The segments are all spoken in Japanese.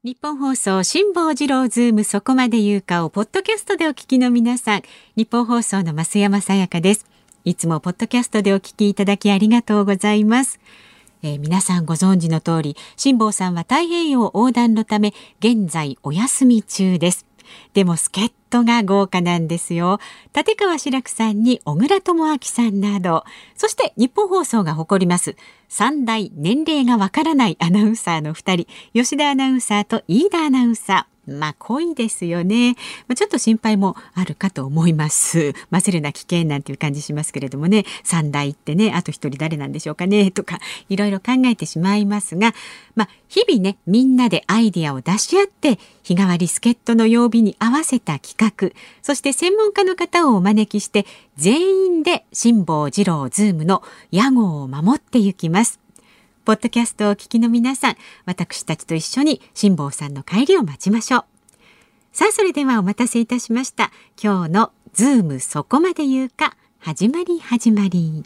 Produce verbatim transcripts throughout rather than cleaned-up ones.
日本放送辛坊治郎ズームそこまで言うかをポッドキャストでお聞きの皆さん、日本放送の増山さやかです。いつもポッドキャストでお聞きいただきありがとうございます。えー、皆さんご存知の通り、辛坊さんは太平洋横断のため現在お休み中です。でも助っ人が豪華なんですよ。立川志らくさんに小倉智昭さんなど、そして日本放送が誇ります三大年齢がわからないアナウンサーのふたり、吉田アナウンサーと飯田アナウンサー。まあ濃いですよね。まあ、ちょっと心配もあるかと思います。混ぜるな危険なんていう感じしますけれどもね、三大ってね、あと一人誰なんでしょうかねとかいろいろ考えてしまいますが、まあ日々ね、みんなでアイディアを出し合って日替わり助っ人の曜日に合わせた企画、そして専門家の方をお招きして全員で辛坊治郎ズームの屋号を守っていきます。ポッドキャストをお聞きの皆さん、私たちと一緒に辛坊さんの帰りを待ちましょう。さあ、それではお待たせいたしました。今日のズームそこまで言うか、始まり始まり。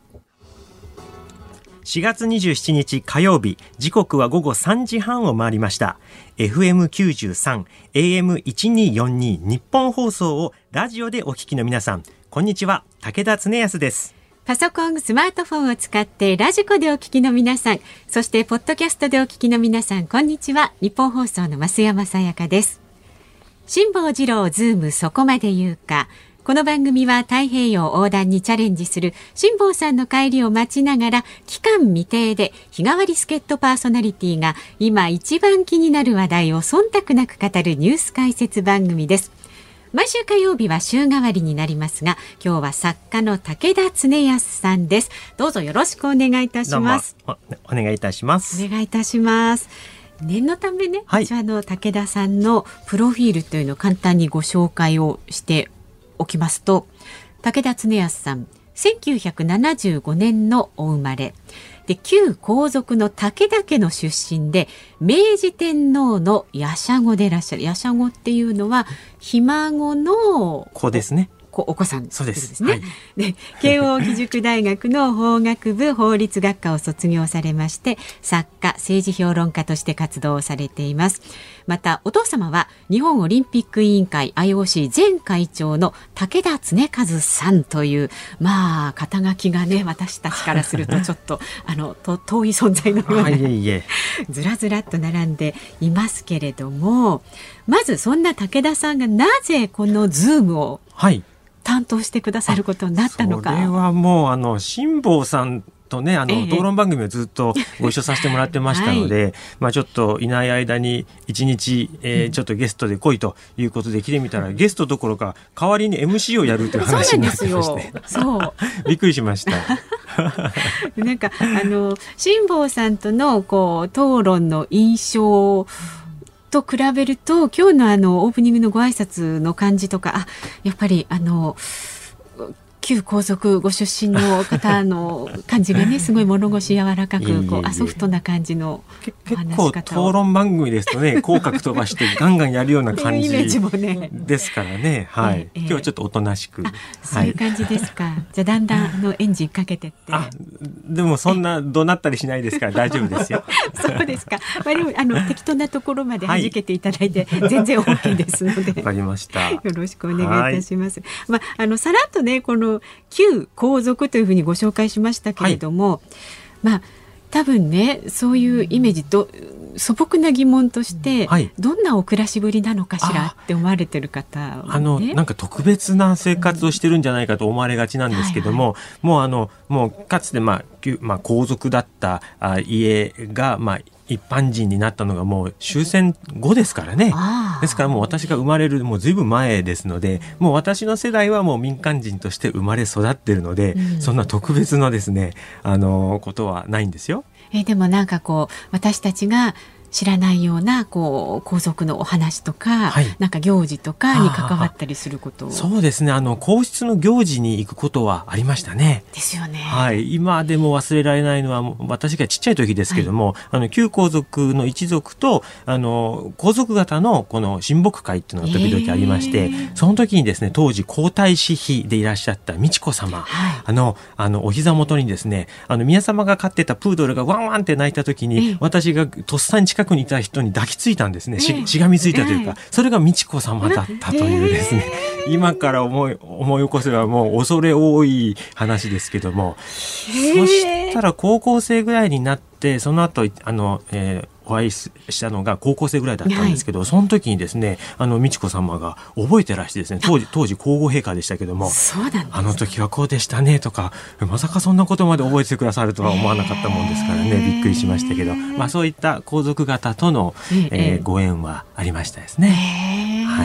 しがつにじゅうしちにち火曜日、時刻はごごさんじはんを回りました。エフエムきゅうじゅうさん、エーエムせんにひゃくよんじゅうに 日本放送をラジオでお聞きの皆さん、こんにちは。武田恒康です。 パソコン、スマートフォンを使ってラジコでお聞きの皆さん、そしてポッドキャストでお聞きの皆さん、こんにちは。日本放送の増山さやかです。辛坊治郎ズームそこまで言うか。この番組は太平洋横断にチャレンジする辛坊さんの帰りを待ちながら、期間未定で日替わり助っ人パーソナリティが今一番気になる話題を忖度なく語るニュース解説番組です。毎週火曜日は週替わりになりますが、今日は作家の武田恒康さんです。どうぞよろしくお願いいたします。 どうも お, お願いいたします。 お願いいたします。念のためね、 はい、 こちらの武田さんのプロフィールというのを簡単にご紹介をしておきますと、武田恒康さん、せんきゅうひゃくななじゅうごねんのお生まれで、旧皇族の武田家の出身で、明治天皇のやしゃごでいらっしゃる。やしゃごっていうのはひ孫の子ですね。 お子さんそうです。 ですね。はい、で、慶應義塾大学の法学部法律学科を卒業されまして、作家、政治評論家として活動をされています。またお父様は日本オリンピック委員会 アイオーシー 前会長の武田恒和さんという、まあ肩書きがね、私たちからするとちょっとあのと遠い存在のような、 いえいえずらずらっと並んでいますけれども、まずそんな武田さんがなぜこのズームを、はい担当してくださることになったのか。 それはもうあの辛坊さんとね、あの、ええ、討論番組をずっとご一緒させてもらってましたので、はい、まあちょっといない間に一日、えーうん、ちょっとゲストで来いということで来てみたら、ゲストどころか代わりに エムシー をやるという話になってまして、そうびっくりしました。 なんかあの辛坊さんとのこう討論の印象と比べると、今日のあのオープニングのご挨拶の感じとか、あ、やっぱりあの旧皇族ご出身の方の感じがね、すごい物腰柔らかく、いえいえいえ、こうソフトな感じのお話し方を。 結構討論番組ですとね、口角飛ばしてガンガンやるような感じですからね。はい、えー、今日はちょっとおとなしく。 そういう感じですか。はい、じゃあだんだんあのエンジンかけてって。 あ、でもそんな怒鳴ったりしないですから大丈夫ですよ。 そうですか。まあ、でもあの適当なところまで弾けていただいて、はい、全然 OK ですので。 わかりました。 よろしくお願いいたします。まああのさらっとね、この旧皇族というふうにご紹介しましたけれども、はい、まあ多分ね、そういうイメージと素朴な疑問として、はい、どんなお暮らしぶりなのかしらって思われてる方は、ね、 あのなんか特別な生活をしてるんじゃないかと思われがちなんですけども、はいはい、もうあのもうかつて、まあまあ、皇族だったあ家が、まあ一般人になったのがもう終戦後ですからね。ですからもう私が生まれるもうずいぶん前ですので、もう私の世代はもう民間人として生まれ育っているので、うん、そんな特別なですね、あのことはないんですよ。 えでもなんかこう私たちが知らないようなこう皇族のお話とか、はい、なんか行事とかに関わったりすることを。 そうですね、あの皇室の行事に行くことはありましたね。 ですよね。 はい、今でも忘れられないのは私がちっちゃい時ですけども、はい、あの旧皇族の一族とあの皇族方のこの親睦会っていうのが時々ありまして、えー、その時にですね、当時皇太子妃でいらっしゃった美智子様、はい、あのあのお膝元にですね、あの宮様が飼ってたプードルがワンワンって鳴いた時に、えー、私がとっさに近近くにいた人に抱きついたんですね。し, ええしがみついたというか、 ええ、 それが美智子様だったというですね、えー、今から思い思い起こせばもう恐れ多い話ですけども、えー、そしたら高校生ぐらいになって、その後あの、えーお会いしたのが高校生ぐらいだったんですけど、はい、その時にですね、あの美智子様が覚えてらしてですね、当時当時皇后陛下でしたけども、 そうなんですね、 あの時はこうでしたねとか、まさかそんなことまで覚えてくださるとは思わなかったもんですからね、びっくりしましたけど、まあ、そういった皇族方との、えー、ご縁はありましたですね。はい、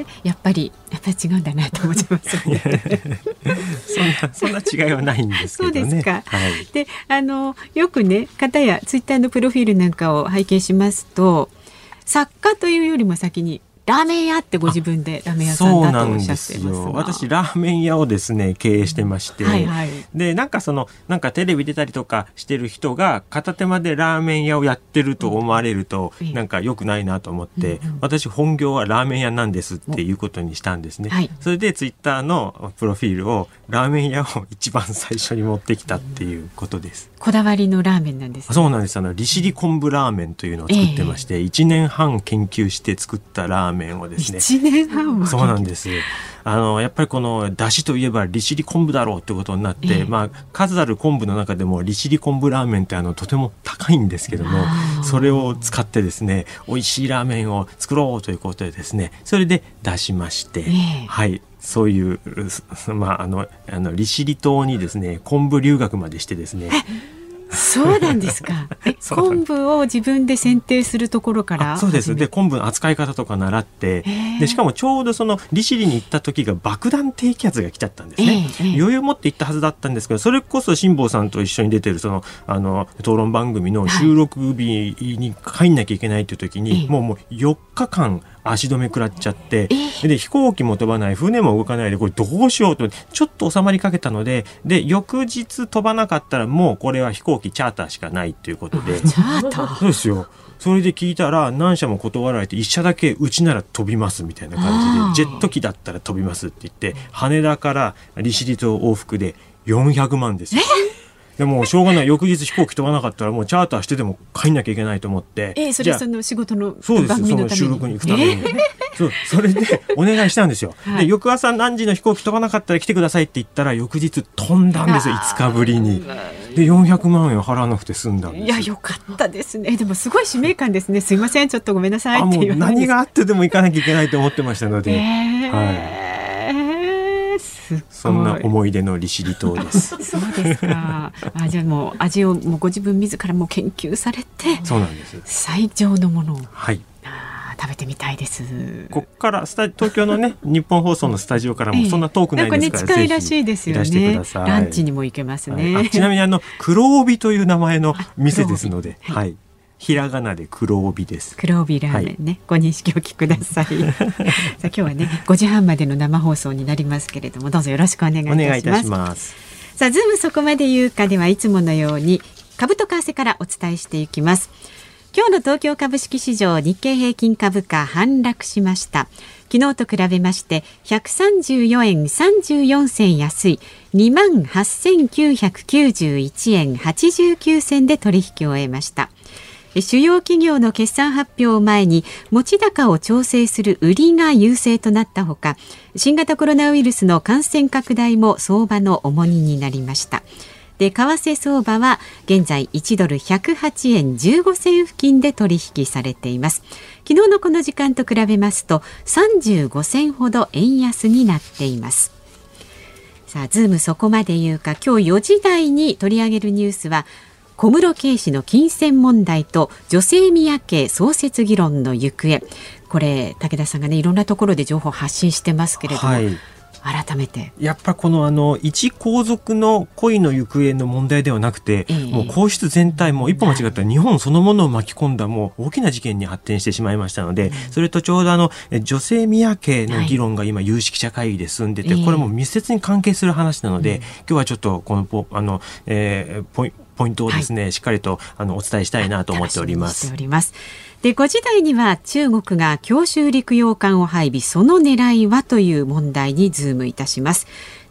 やっぱりやっぱり違うんだなと思っちゃいますねそんなそんな違いはないんですけどね。 そうですか、 はい、 であのよくね、方やツイッターのプロフィールなんかを拝見しますと、作家というよりも先にラーメン屋ってご自分でラーメン屋さんだとおっしゃっていますが。そうなんですよ。 私ラーメン屋をですね経営してまして、うん、はいはい、でなんかそのなんかテレビ出たりとかしてる人が片手間でラーメン屋をやってると思われると、うん、なんか良くないなと思って、うんうん、私本業はラーメン屋なんですっていうことにしたんですね、はい、それでツイッターのプロフィールをラーメン屋を一番最初に持ってきたっていうことです。 こだわりのラーメンなんですね。 そうなんです。あの利尻昆布ラーメンというのを作ってまして、えー、いちねんはん研究して作ったラーメンをですね、 いちねんはんもそうなんです。あのやっぱりこの出汁といえば利尻昆布だろうってことになって、えーまあ、数ある昆布の中でも利尻昆布ラーメンってあのとても高いんですけども、それを使ってですね、美味しいラーメンを作ろうということでですね、それで出しまして、えー、はい、そういう、まあ、あのあの利尻島にですね昆布留学までしてですね。 そうなんですか。え昆布を自分で選定するところから。 そうです。で昆布の扱い方とか習って、でしかもちょうどその利尻に行った時が爆弾低気圧が来ちゃったんですね、えー、余裕を持って行ったはずだったんですけど、それこそ辛坊さんと一緒に出てるそのあの討論番組の収録日に帰んなきゃいけないという時に、はい、もうもうよっかかん足止め食らっちゃって、えー、で飛行機も飛ばない船も動かないで、これどうしようとちょっと収まりかけたので、で翌日飛ばなかったらもうこれは飛行機チャーターしかないということで、 チャーター、 そうですよ。それで聞いたら何社も断られて、一社だけうちなら飛びますみたいな感じで、ジェット機だったら飛びますって言って、羽田から利尻島往復でよんひゃくまんですよ。でもしょうがない、翌日飛行機飛ばなかったらもうチャーターしてでも帰んなきゃいけないと思って、 えー、それはその仕事のそうです、その収録に行くために、えー、そうそれでお願いしたんですよ、はい、で翌朝何時の飛行機飛ばなかったら来てくださいって言ったら翌日飛んだんですよ、いつかぶりに。でよんひゃくまんえん払わなくて済んだんです。 いやよかったですね。でもすごい使命感ですね。すいませんちょっとごめんなさいっていう。 あもう何があってでも行かなきゃいけないと思ってましたので、えーはいそんな思い出の利尻島です。 そうですか。あじゃあもう味をもうご自分自らも研究されて、 そうなんです。 最上のものを、 はい、 あ食べてみたいです。ここからスタ東京のね日本放送のスタジオからもそんな遠くないですから、 なんかね、近いらしいですよね。ランチにも行けますね、 はい、あちなみにあの黒帯という名前の店ですので、はい、はい、ひらがなで黒帯です。 黒帯ラーメンね、はい、ご認識おきください。さあ今日はねごじはんまでの生放送になりますけれども、どうぞよろしくお願いいたします。 お願いいたします。 さあズームそこまで言うかではいつものように株と為替からお伝えしていきます。今日の東京株式市場、日経平均株価反落しました。昨日と比べましてひゃくさんじゅうよえんさんじゅうよんせん安い にまんはっせんきゅうひゃくきゅうじゅういちえんはちじゅうきゅうせんで取引を終えました。主要企業の決算発表を前に持ち高を調整する売りが優勢となったほか、新型コロナウイルスの感染拡大も相場の重荷になりました。で為替相場は現在いちドルひゃくはちえんじゅうごせん付近で取引されています。昨日のこの時間と比べますとさんじゅうごせんほど円安になっています。さあズームそこまで言うか、今日よじ台に取り上げるニュースは小室圭氏の金銭問題と女性宮家創設議論の行方。これ武田さんがねいろんなところで情報を発信してますけれども、はい、改めてやっぱこのあの一皇族の恋の行方の問題ではなくて、えー、もう皇室全体も一歩間違ったら日本そのものを巻き込んだもう大きな事件に発展してしまいましたので、うん、それとちょうどあの女性宮家の議論が今有識者会議で進んでて、はい、これも密接に関係する話なので、えー、今日はちょっとこのポあの、えー、ポイポイントをですね、はい、しっかりとあのお伝えしたいなと思っております。 しております。でごじ台には中国が強襲陸揚艦を配備、その狙いはという問題にズームいたします。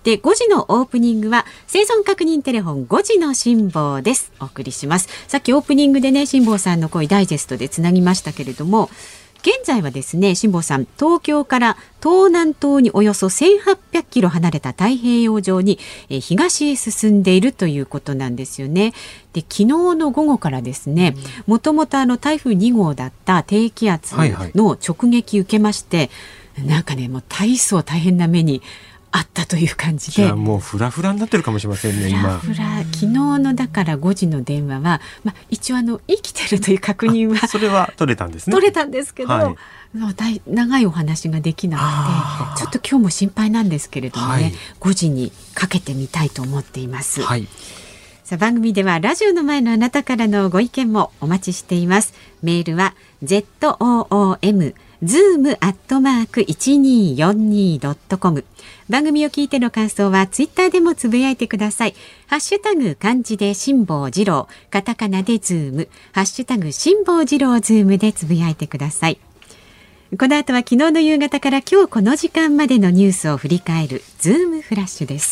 でごじのオープニングは生存確認テレフォンごじの辛坊です。お送りします。さっきオープニングでね、辛坊さんの声ダイジェストでつなぎましたけれども、現在はですね、辛坊さん、東京から東南東におよそせんはっぴゃくキロ離れた太平洋上に、えー、東へ進んでいるということなんですよね。で、昨日の午後からですね、もともとあの台風に号だった低気圧の直撃受けまして、はいはい、なんかね、もう大層大変な目にあったという感じで、 じゃあもうフラフラになってるかもしれませんね。今フラフラ、昨日のだからごじの電話は、まあ、一応あの生きてるという確認はそれは取れたんですね。 取れたんですけど、はい、長いお話ができなくてちょっと今日も心配なんですけれどもね、はい、ごじにかけてみたいと思っています、はい。さあ、番組ではラジオの前のあなたからのご意見もお待ちしています。メールは ズーム ズーム アットマーク いちにーよんにー ドットコム。 番組を聞いての感想はツイッターでもつぶやいてください。ハッシュタグ漢字で辛坊治郎、カタカナでズーム、ハッシュタグ辛坊治郎ズームでつぶやいてください。この後は昨日の夕方から今日この時間までのニュースを振り返るズームフラッシュです。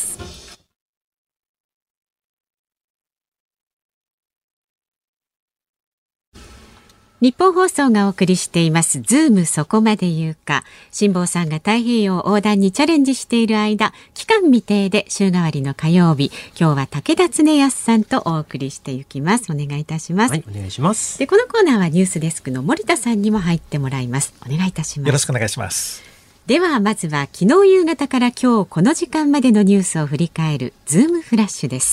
日本放送がお送りしていますズームそこまで言うか。辛坊さんが太平洋横断にチャレンジしている間、期間未定で週替わりの火曜日、今日は武田恒康さんとお送りしていきます。お願いいたします。 はい、お願いします。 で、このコーナーはニュースデスクの森田さんにも入ってもらいます。お願いいたします。 よろしくお願いします。 ではまずは昨日夕方から今日この時間までのニュースを振り返るズームフラッシュです。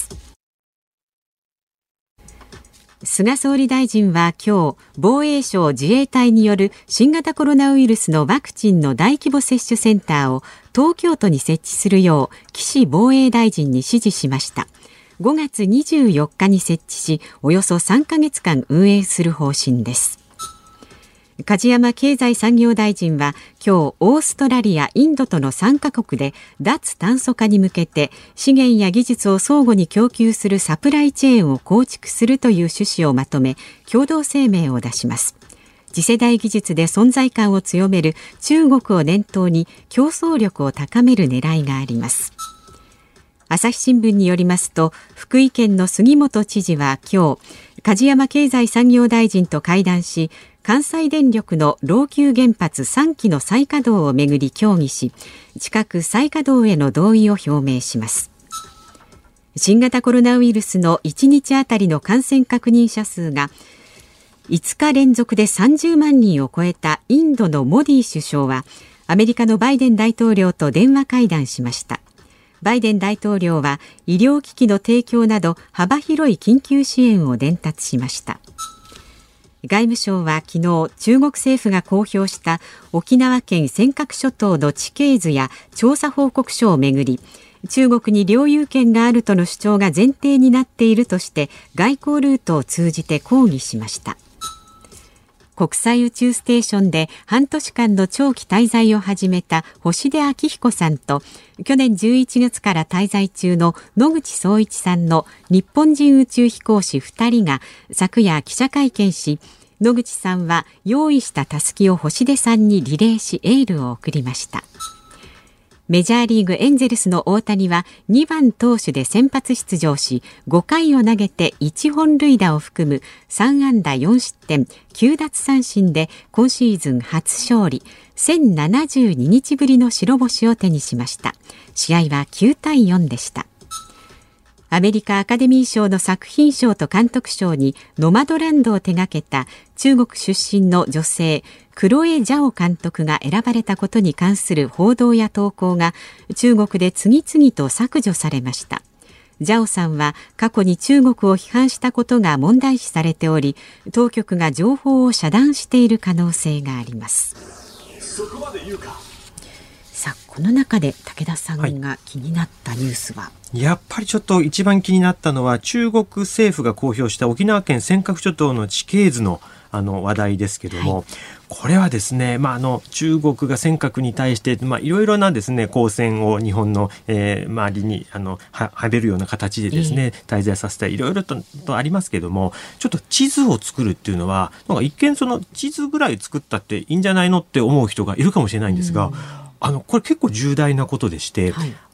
菅総理大臣は今日、防衛省自衛隊による新型コロナウイルスのワクチンの大規模接種センターを東京都に設置するよう岸防衛大臣に指示しました。ごがつにじゅうよっかに設置し、およそさんかげつかん運営する方針です。梶山経済産業大臣は今日オーストラリア、インドとのさんかこくで脱炭素化に向けて資源や技術を相互に供給するサプライチェーンを構築するという趣旨をまとめ共同声明を出します。次世代技術で存在感を強める中国を念頭に競争力を高める狙いがあります。朝日新聞によりますと、福井県の杉本知事は今日梶山経済産業大臣と会談し、関西電力の老朽原発さんきの再稼働をめぐり協議し、近く再稼働への同意を表明します。新型コロナウイルスのいちにちあたりの感染確認者数がいつか連続でさんじゅうまんにんを超えたインドのモディ首相はアメリカのバイデン大統領と電話会談しました。バイデン大統領は医療機器の提供など幅広い緊急支援を伝達しました。外務省は昨日、中国政府が公表した沖縄県尖閣諸島の地形図や調査報告書をめぐり、中国に領有権があるとの主張が前提になっているとして外交ルートを通じて抗議しました。国際宇宙ステーションで半年間の長期滞在を始めた星出彰彦さんと、去年じゅういちがつから滞在中の野口聡一さんの日本人宇宙飛行士ふたりが昨夜記者会見し、野口さんは用意したたすきを星出さんにリレーしエールを送りました。メジャーリーグエンゼルスの大谷はにばん投手で先発出場し、ごかいを投げていちほんるいだを含むさんあんだよんしってんきゅうだつさんしんで今シーズン初勝利、せんななじゅうににちぶりの白星を手にしました。試合はきゅうたいよんでした。アメリカアカデミー賞の作品賞と監督賞にノマドランドを手掛けた中国出身の女性クロエ・ジャオ監督が選ばれたことに関する報道や投稿が中国で次々と削除されました。ジャオさんは過去に中国を批判したことが問題視されており、当局が情報を遮断している可能性があります。そこまで言うか。さあ、この中で武田さんが気になったニュースは、はい、 やっぱりちょっと一番気になったのは中国政府が公表した沖縄県尖閣諸島の地形図のあの話題ですけども、はい、これはですね、まあ、あの中国が尖閣に対して、まあ、いろいろなですね公船を日本の、えー、周りにあのははべるような形でですね、えー、滞在させたりいろいろ と, とありますけども、ちょっと地図を作るっていうのはなんか一見その地図ぐらい作ったっていいんじゃないのって思う人がいるかもしれないんですが、うん、あのこれ結構重大なことでして、はい、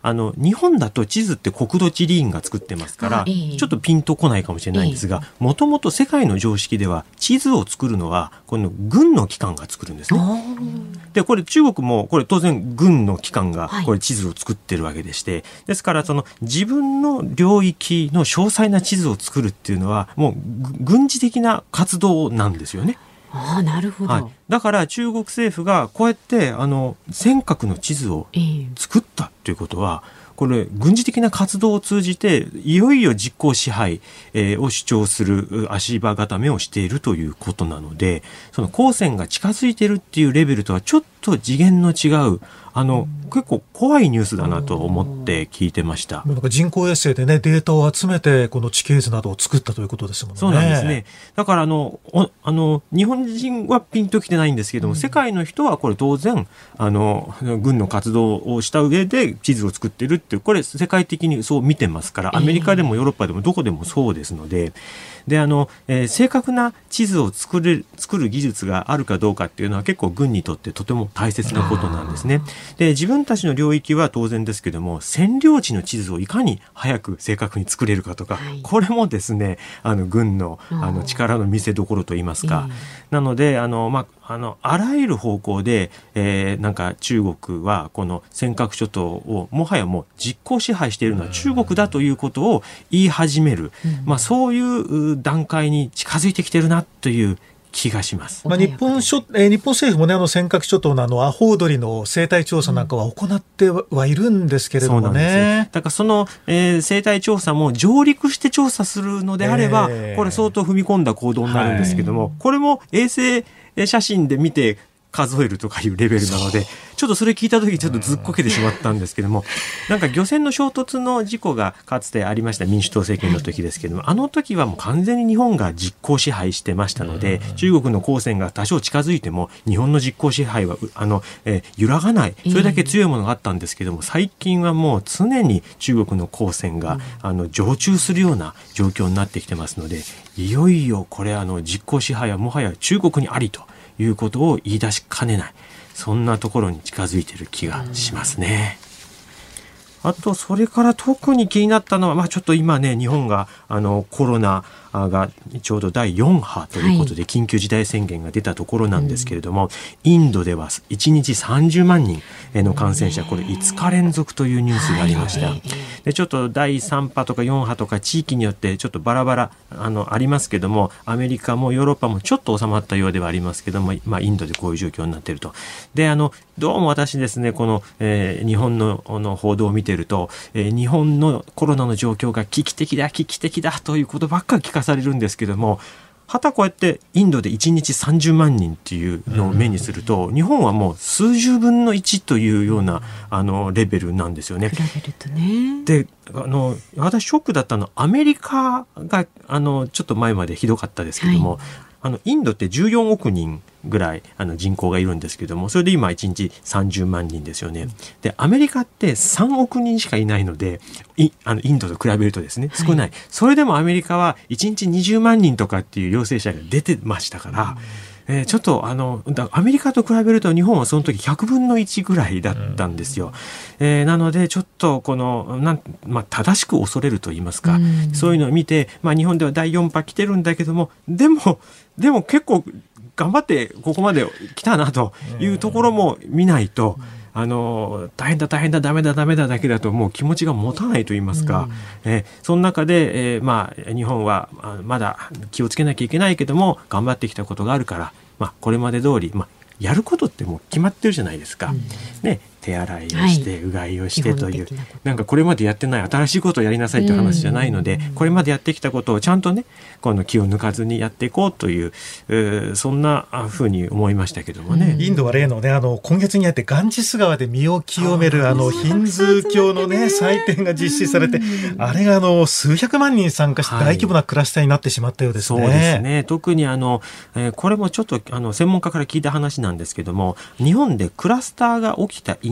あの日本だと地図って国土地理院が作ってますから、えー、ちょっとピンとこないかもしれないんですが、もともと世界の常識では地図を作るのはこの軍の機関が作るんですね。でこれ中国もこれ当然軍の機関がこれ地図を作ってるわけでして、はい、ですからその自分の領域の詳細な地図を作るっていうのはもう軍事的な活動なんですよね。 ああ、なるほど、はい、 だから中国政府がこうやってあの尖閣の地図を作ったということは、えー、これ軍事的な活動を通じていよいよ実効支配、えー、を主張する足場固めをしているということなので、その公船が近づいているっていうレベルとはちょっと次元の違うあの結構怖いニュースだなと思って聞いてました。 なんか人工衛星でねデータを集めてこの地形図などを作ったということですもんね。 そうなんですね。だからあのあの日本人はピンときてないんですけども、うん、世界の人はこれ当然あの軍の活動をした上で地図を作ってるっていう、これ世界的にそう見てますから、アメリカでもヨーロッパでもどこでもそうですので、であの、えー、正確な地図を作る、作る技術があるかどうかっていうのは結構軍にとってとても大切なことなんですね。で自分たちの領域は当然ですけども、占領地の地図をいかに早く正確に作れるかとか、はい、これもですねあの軍の、あの力の見せ所といいますか、なのであの、まあ、あのあらゆる方向で、えー、なんか中国はこの尖閣諸島をもはやもう実効支配しているのは中国だということを言い始める、うんまあ、そういう段階に近づいてきてるなという気がします。 まあ、日本諸、えー、日本政府もねあの尖閣諸島のあのアホウドリの生態調査なんかは行ってはいるんですけれどもね。そうなんですね。 だからその、えー、生態調査も上陸して調査するのであれば、えー、これ相当踏み込んだ行動になるんですけども、はい、これも衛星写真で見て数えるとかいうレベルなので、ちょっとそれ聞いた時ちょっとずっこけてしまったんですけども、なんか漁船の衝突の事故がかつてありました民主党政権の時ですけども、あの時はもう完全に日本が実効支配してましたので、中国の公船が多少近づいても日本の実効支配はあの、えー、揺らがない、それだけ強いものがあったんですけども、最近はもう常に中国の公船があの常駐するような状況になってきてますので、いよいよこれあの実効支配はもはや中国にありということを言い出しかねない、そんなところに近づいている気がしますね。あとそれから特に気になったのは、まあ、ちょっと今ね日本があのコロナがちょうどだいよん波ということで緊急事態宣言が出たところなんですけれども、はい、インドではいちにちさんじゅうまんにんの感染者、これいつか連続というニュースがありました。でちょっとだいさん波とかよん波とか地域によってちょっとバラバラ あのありますけども、アメリカもヨーロッパもちょっと収まったようではありますけども、まあ、インドでこういう状況になっていると。であのどうも私ですねこの、えー、日本 の, の報道を見ていると、えー、日本のコロナの状況が危機的だ危機的だということばっかり聞かされるんですけども、はたこうやってインドでいちにちさんじゅうまんにんっていうのを目にすると、日本はもう数十分のいちというようなあのレベルなんですよね。 比べるとね。 であの私ショックだったのはアメリカがあのちょっと前までひどかったですけども、はい、あのインドってじゅうよんおくにんぐらいあの人口がいるんですけども、それで今いちにちさんじゅうまんにんですよね。でアメリカってさんおくにんしかいないので、いあのインドと比べるとですね少ない、はい、それでもアメリカはいちにちにじゅうまんにんとかっていう陽性者が出てましたから、うんえー、ちょっとあのアメリカと比べると日本はその時ひゃくぶんのいちぐらいだったんですよ。えー、なのでちょっとこのなん、まあ、正しく恐れると言いますか、うん、そういうのを見て、まあ、日本ではだいよん波来てるんだけども、でもでも結構頑張ってここまで来たなというところも見ないと、あの大変だ大変だダメだダメだだけだともう気持ちが持たないと言いますか、うんえー、その中で、えーまあ、日本はまだ気をつけなきゃいけないけども頑張ってきたことがあるから、まあ、これまで通り、まあ、やることってもう決まってるじゃないですか、うんね、手洗いをして、はい、うがいをしてというなんかこれまでやってない新しいことをやりなさいという話じゃないので、うん、これまでやってきたことをちゃんとねこの気を抜かずにやっていこうという、えー、そんなふうに思いましたけどもね、 うん、インドは例のねあの今月にあってガンジス川で身を清めるあのヒンズー教のね祭典が実施されて、うん、あれがあの数百万人参加して大規模なクラスターになってしまったようですね、 はい、そうですね。特にあの、えー、これもちょっとあの専門家から聞いた話なんですけども、日本でクラスターが起きた飲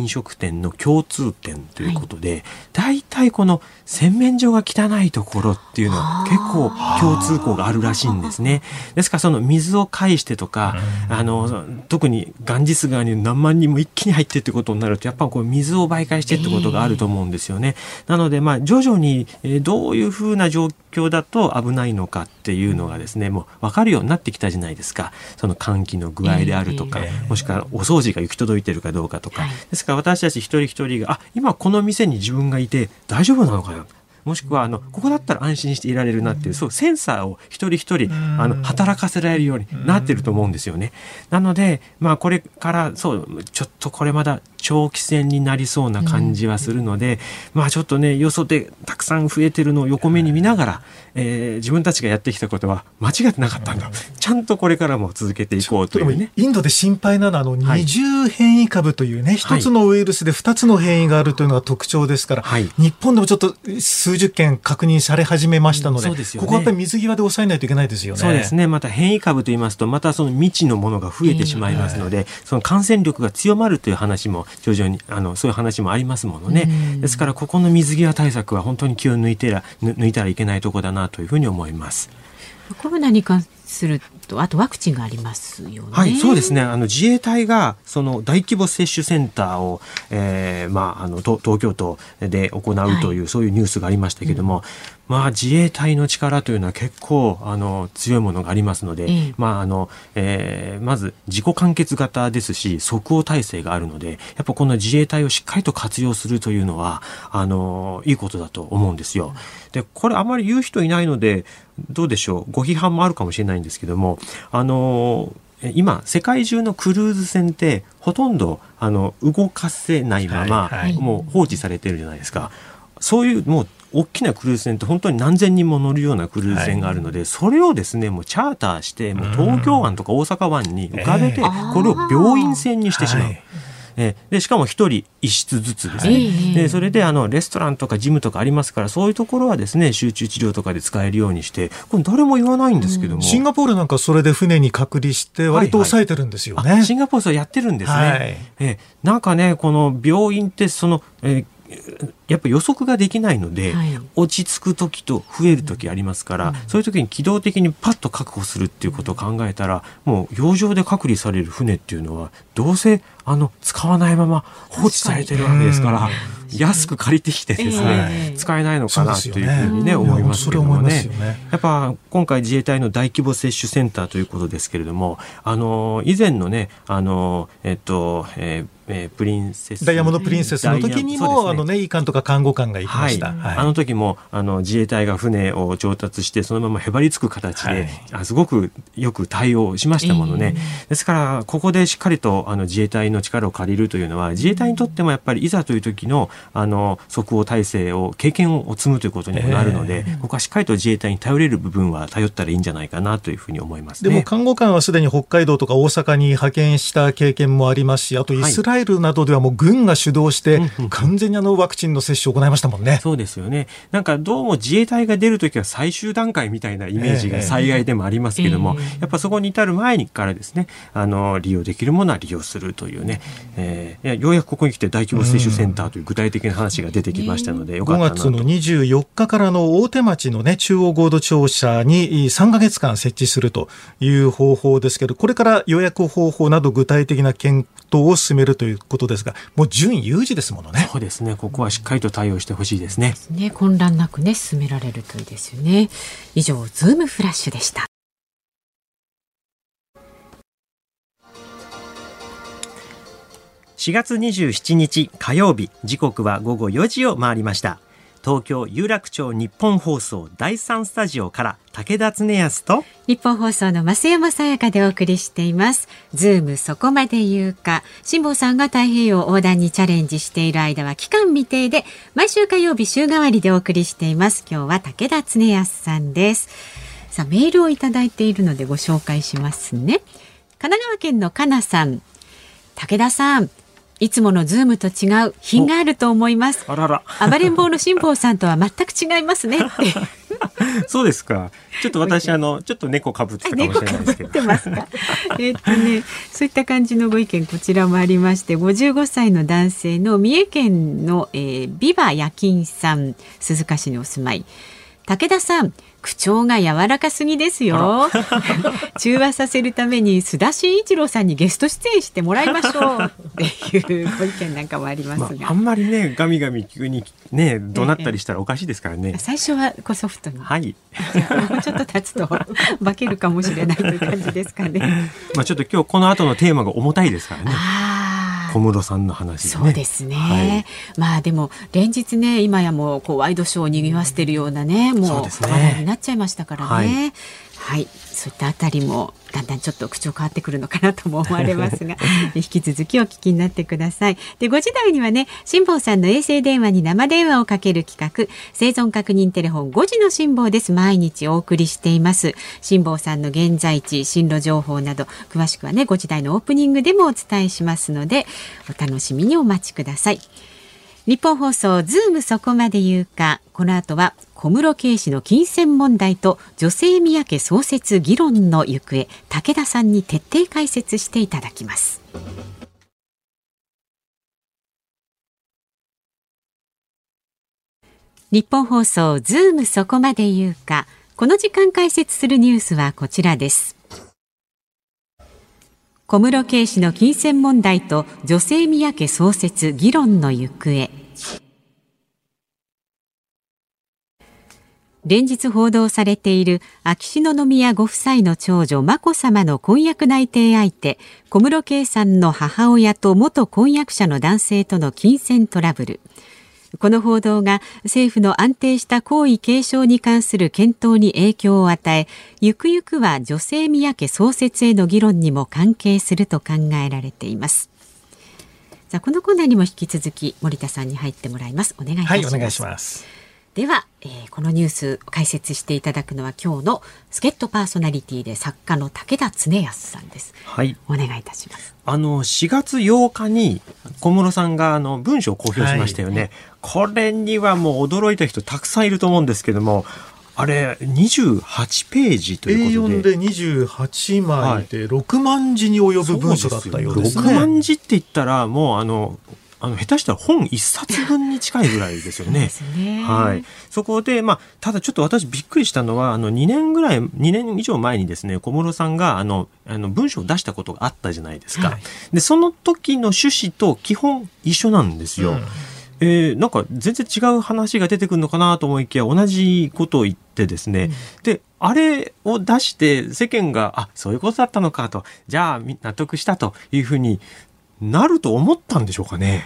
飲食店の共通点ということで、はい、大体この洗面所が汚いところっていうのは結構共通項があるらしいんですね。ですからその水を介してとか、あの特にガンジス川に何万人も一気に入ってってことになるとやっぱこう水を媒介してってことがあると思うんですよね。えー、なのでまあ徐々にどういうふうな状況だと危ないのかっていうのがですね、もう分かるようになってきたじゃないですか。その換気の具合であるとか、えー、もしくはお掃除が行き届いてるかどうかとか、はい、ですから私たち一人一人があ今この店に自分がいて大丈夫なのかな、もしくはあのここだったら安心していられるなっていう、そうセンサーを一人一人あの働かせられるようになってると思うんですよね。なのでまあこれからそうちょっとこれまだ長期戦になりそうな感じはするので、まあちょっとねよそでたくさん増えてるのを横目に見ながら、えー、自分たちがやってきたことは間違ってなかったんだ、ちゃんとこれからも続けていこうというね。 インドで心配なのはあの二重変異株というね、一、はい、つのウイルスで二つの変異があるというのが特徴ですから、はい、日本でもちょっと数十件確認され始めましたので、うん、そうですよね、ここはやっぱり水際で抑えないといけないですよね。 そうですね。また変異株といいますとまたその未知のものが増えてしまいますので、えー、その感染力が強まるという話も徐々にあのそういう話もありますものね。ですからここの水際対策は本当に気を抜いてら抜いたらいけないところだなというふうに思います。 コロナに関するとあとワクチンがありますよね。 はい、そうですね。あの自衛隊がその大規模接種センターを、えーまあ、あの東京都で行うという、はい、そういうニュースがありましたけども、うん、まあ、自衛隊の力というのは結構あの強いものがありますので、えーまああのえー、まず自己完結型ですし即応体制があるので、やっぱこの自衛隊をしっかりと活用するというのはあのいいことだと思うんですよ。でこれあまり言う人いないのでどうでしょう、ご批判もあるかもしれないんですけども、あの今世界中のクルーズ船ってほとんどあの動かせないまま、はいはい、もう放置されてるじゃないですか。そういうもう大きなクルーズ船って本当に何千人も乗るようなクルーズ船があるので、はい、それをですねもうチャーターしてもう東京湾とか大阪湾に浮かべて、これを病院船にしてしまう、はい、えでしかも一人一室ずつですね、はい、でそれであのレストランとかジムとかありますから、そういうところはですね集中治療とかで使えるようにして、これ誰も言わないんですけども、 シンガポールなんかそれで船に隔離して割と抑えてるんですよね。はいはい、 シンガポールはやってるんですね。はい、えなんかねこの病院ってその、えーやっぱ予測ができないので、はい、落ち着く時と増える時ありますから、うん、そういう時に機動的にパッと確保するっていうことを考えたら、もう洋上で隔離される船っていうのはどうせあの使わないまま放置されてるわけですから、安く借りてきてですね、えー、使えないのかなというふうにね思いますけどもね。やっぱ今回自衛隊の大規模接種センターということですけれども、あの以前のねあのえっと、えーえー、プリンセスダイヤモンドプリンセスの時にも、ね、あのね医官とか看護官が行きました。 はいはい、あの時もあの自衛隊が船を調達してそのままへばりつく形で、はい、あすごくよく対応しましたものね。えー、ですからここでしっかりとあの自衛隊の力を借りるというのは、自衛隊にとってもやっぱりいざという時のあの即応体制を経験を積むということにもなるので、えー、ここはしっかりと自衛隊に頼れる部分は頼ったらいいんじゃないかなというふうに思いますね。 でも看護官はすでに北海道とか大阪に派遣した経験もありますし、あとイスラエルなどではもう軍が主導して完全にあのワクチンの接種を行いましたもんね。 そうですよね。なんかどうも自衛隊が出るときは最終段階みたいなイメージが災害でもありますけども、えー、やっぱそこに至る前にからですねあの利用できるものは利用するというね、えー、いやようやくここに来て大規模接種センターという具体的な話が出てきましたので、よかったなと。 ごがつのにじゅうよっかからの大手町の、ね、中央合同庁舎にさんかげつかん設置するという方法ですけど、これから予約方法など具体的な検討を進めるということですが、もう準有事ですものね。 そうですね。ここはしっかりと対応してほしいですね。 ね、混乱なくね進められるといいですよね。以上ズームフラッシュでした。 しがつにじゅうしちにち火曜日、時刻はごごよじを回りました。東京有楽町日本放送だいさんスタジオから武田恒康と日本放送の増山さやかでお送りしていますズームそこまで言うか。辛坊さんが太平洋横断にチャレンジしている間は期間未定で毎週火曜日週替わりでお送りしています。今日は武田恒康さんです。さあメールをいただいているのでご紹介しますね。神奈川県のかなさん、武田さんいつものズームと違う品があると思います。 あらら暴れん坊の辛坊さんとは全く違いますねってそうですか。ちょっと私あのちょっと猫かぶってたかもしれないですけど。 猫かぶってますか。えっとね、そういった感じのご意見こちらもありまして、ごじゅうごさいの男性の三重県の、えー、ビバ夜勤さん、鈴鹿市にお住まい。武田さん、口調が柔らかすぎですよ。中和させるために須田慎一郎さんにゲスト出演してもらいましょうっていうご意見なんかもありますが、 まあ、あんまりねガミガミ急にね怒鳴ったりしたらおかしいですからね、ええ、 最初はこうソフトに、 はい、 じゃあもうちょっと経つと化けるかもしれないという感じですかね。 まあちょっと今日この後のテーマが重たいですからね。小室さんの話でね。 そうですね、はい、まあでも連日ね今やもうこうワイドショーを賑わせてるようなね、もう話題になっちゃいましたからね、はい、はい、そういったあたりもだんだんちょっと口調変わってくるのかなとも思われますが引き続きお聞きになってください。でごじ台にはね辛坊さんの衛星電話に生電話をかける企画、生存確認テレフォンごじの辛坊です。毎日お送りしています。辛坊さんの現在地、進路情報など詳しくはねごじ台のオープニングでもお伝えしますのでお楽しみにお待ちください。日本放送ズームそこまで言うか。この後は小室圭氏の金銭問題と女性宮家創設議論の行方、武田さんに徹底解説していただきます。日本放送ズームそこまで言うか。この時間解説するニュースはこちらです。小室圭氏の金銭問題と女性宮家創設議論の行方。連日報道されている秋篠宮ご夫妻の長女眞子さまの婚約内定相手小室圭さんの母親と元婚約者の男性との金銭トラブル。この報道が政府の安定した皇位継承に関する検討に影響を与え、ゆくゆくは女性宮家創設への議論にも関係すると考えられています。さあこのコーナーにも引き続き森田さんに入ってもらいます。お願いいたします。 はい、お願いします。 では、えー、このニュースを解説していただくのは今日の助っ人パーソナリティで作家の武田恒康さんです。 はい、 お願いいたします。 あのしがつようかに小室さんがあの文章を公表しましたよね、はい、これにはもう驚いた人たくさんいると思うんですけども、あれにじゅうはちページということで エーよん でにじゅうはちまいでろくまんじに及ぶ文章だったようですね。 ろくまんじって言ったらもうあのあの下手したら本一冊分に近いぐらいですよね。 そうですね。 はい。そこで、まあ、ただちょっと私びっくりしたのは、あのにねんぐらい、にねん以上前にですね、小室さんがあのあの文章を出したことがあったじゃないですか。はい、で、その時の趣旨と基本一緒なんですよ。うん、えー、なんか全然違う話が出てくるのかなと思いきや同じことを言ってですね、うん、であれを出して世間があそういうことだったのかと、じゃあ納得したというふうになると思ったんでしょうかね。 うん、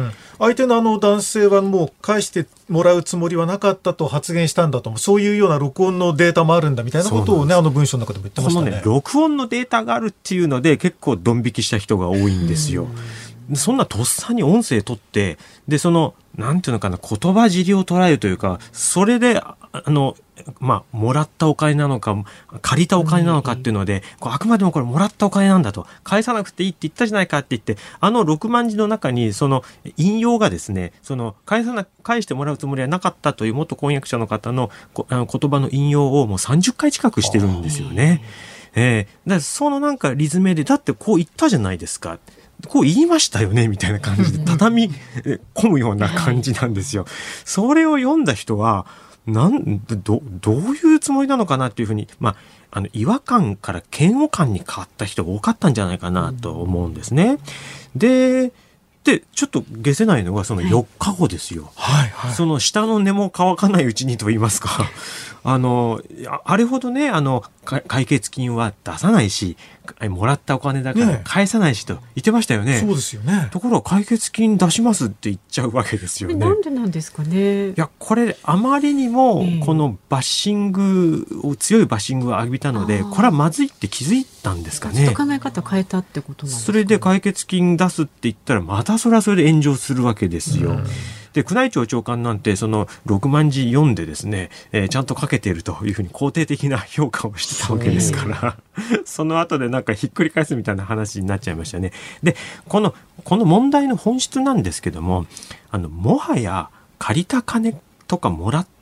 相手のあの男性はもう返してもらうつもりはなかったと発言したんだと、そういうような録音のデータもあるんだみたいなことをね、あの文章の中でも言ってましたね。 このね録音のデータがあるっていうので結構ドン引きした人が多いんですよ。そんなとっさに音声取ってでそのなんていうのかな言葉尻を捉えるというか、それであのまあもらったお金なのか借りたお金なのかっていうので、こうあくまでもこれもらったお金なんだと、返さなくていいって言ったじゃないかって言って、あのろくまんじの中にその引用がですね、その返さな返してもらうつもりはなかったという元婚約者の方のこあの言葉の引用をもうさんじゅっかい近くしてるんですよね。えー、だからそのなんかリズムでだってこう言ったじゃないですか。こう言いましたよねみたいな感じで畳み込むような感じなんですよ。それを読んだ人はなんどどういうつもりなのかなっていうふうに、まあ、あの違和感から嫌悪感に変わった人が多かったんじゃないかなと思うんですね。ででちょっと解せないのがそのよっかごですよ。 はいはい、 その下の根も乾かないうちにと言いますかあのあれほどねあの解決金は出さないしもらったお金だから返さないしと言ってましたよね。 ね、そうですよね。 ところが解決金出しますって言っちゃうわけですよね。 なんでなんですかね。 いやこれあまりにもこのバッシングを、強いバッシングを浴びたので、これはまずいって気づいたんですかね。 考え方変えたってことなんですかね。 それで解決金出すって言ったらまたそれはそれで炎上するわけですよ。うん、で宮内庁長官なんてそのろくまんじ読んでですね、えー、ちゃんと書けているというふうに肯定的な評価をしてたわけですからその後でなんかひっくり返すみたいな話になっちゃいましたね。でこのこの問題の本質なんですけども、あのもはや借りた金とかもらっ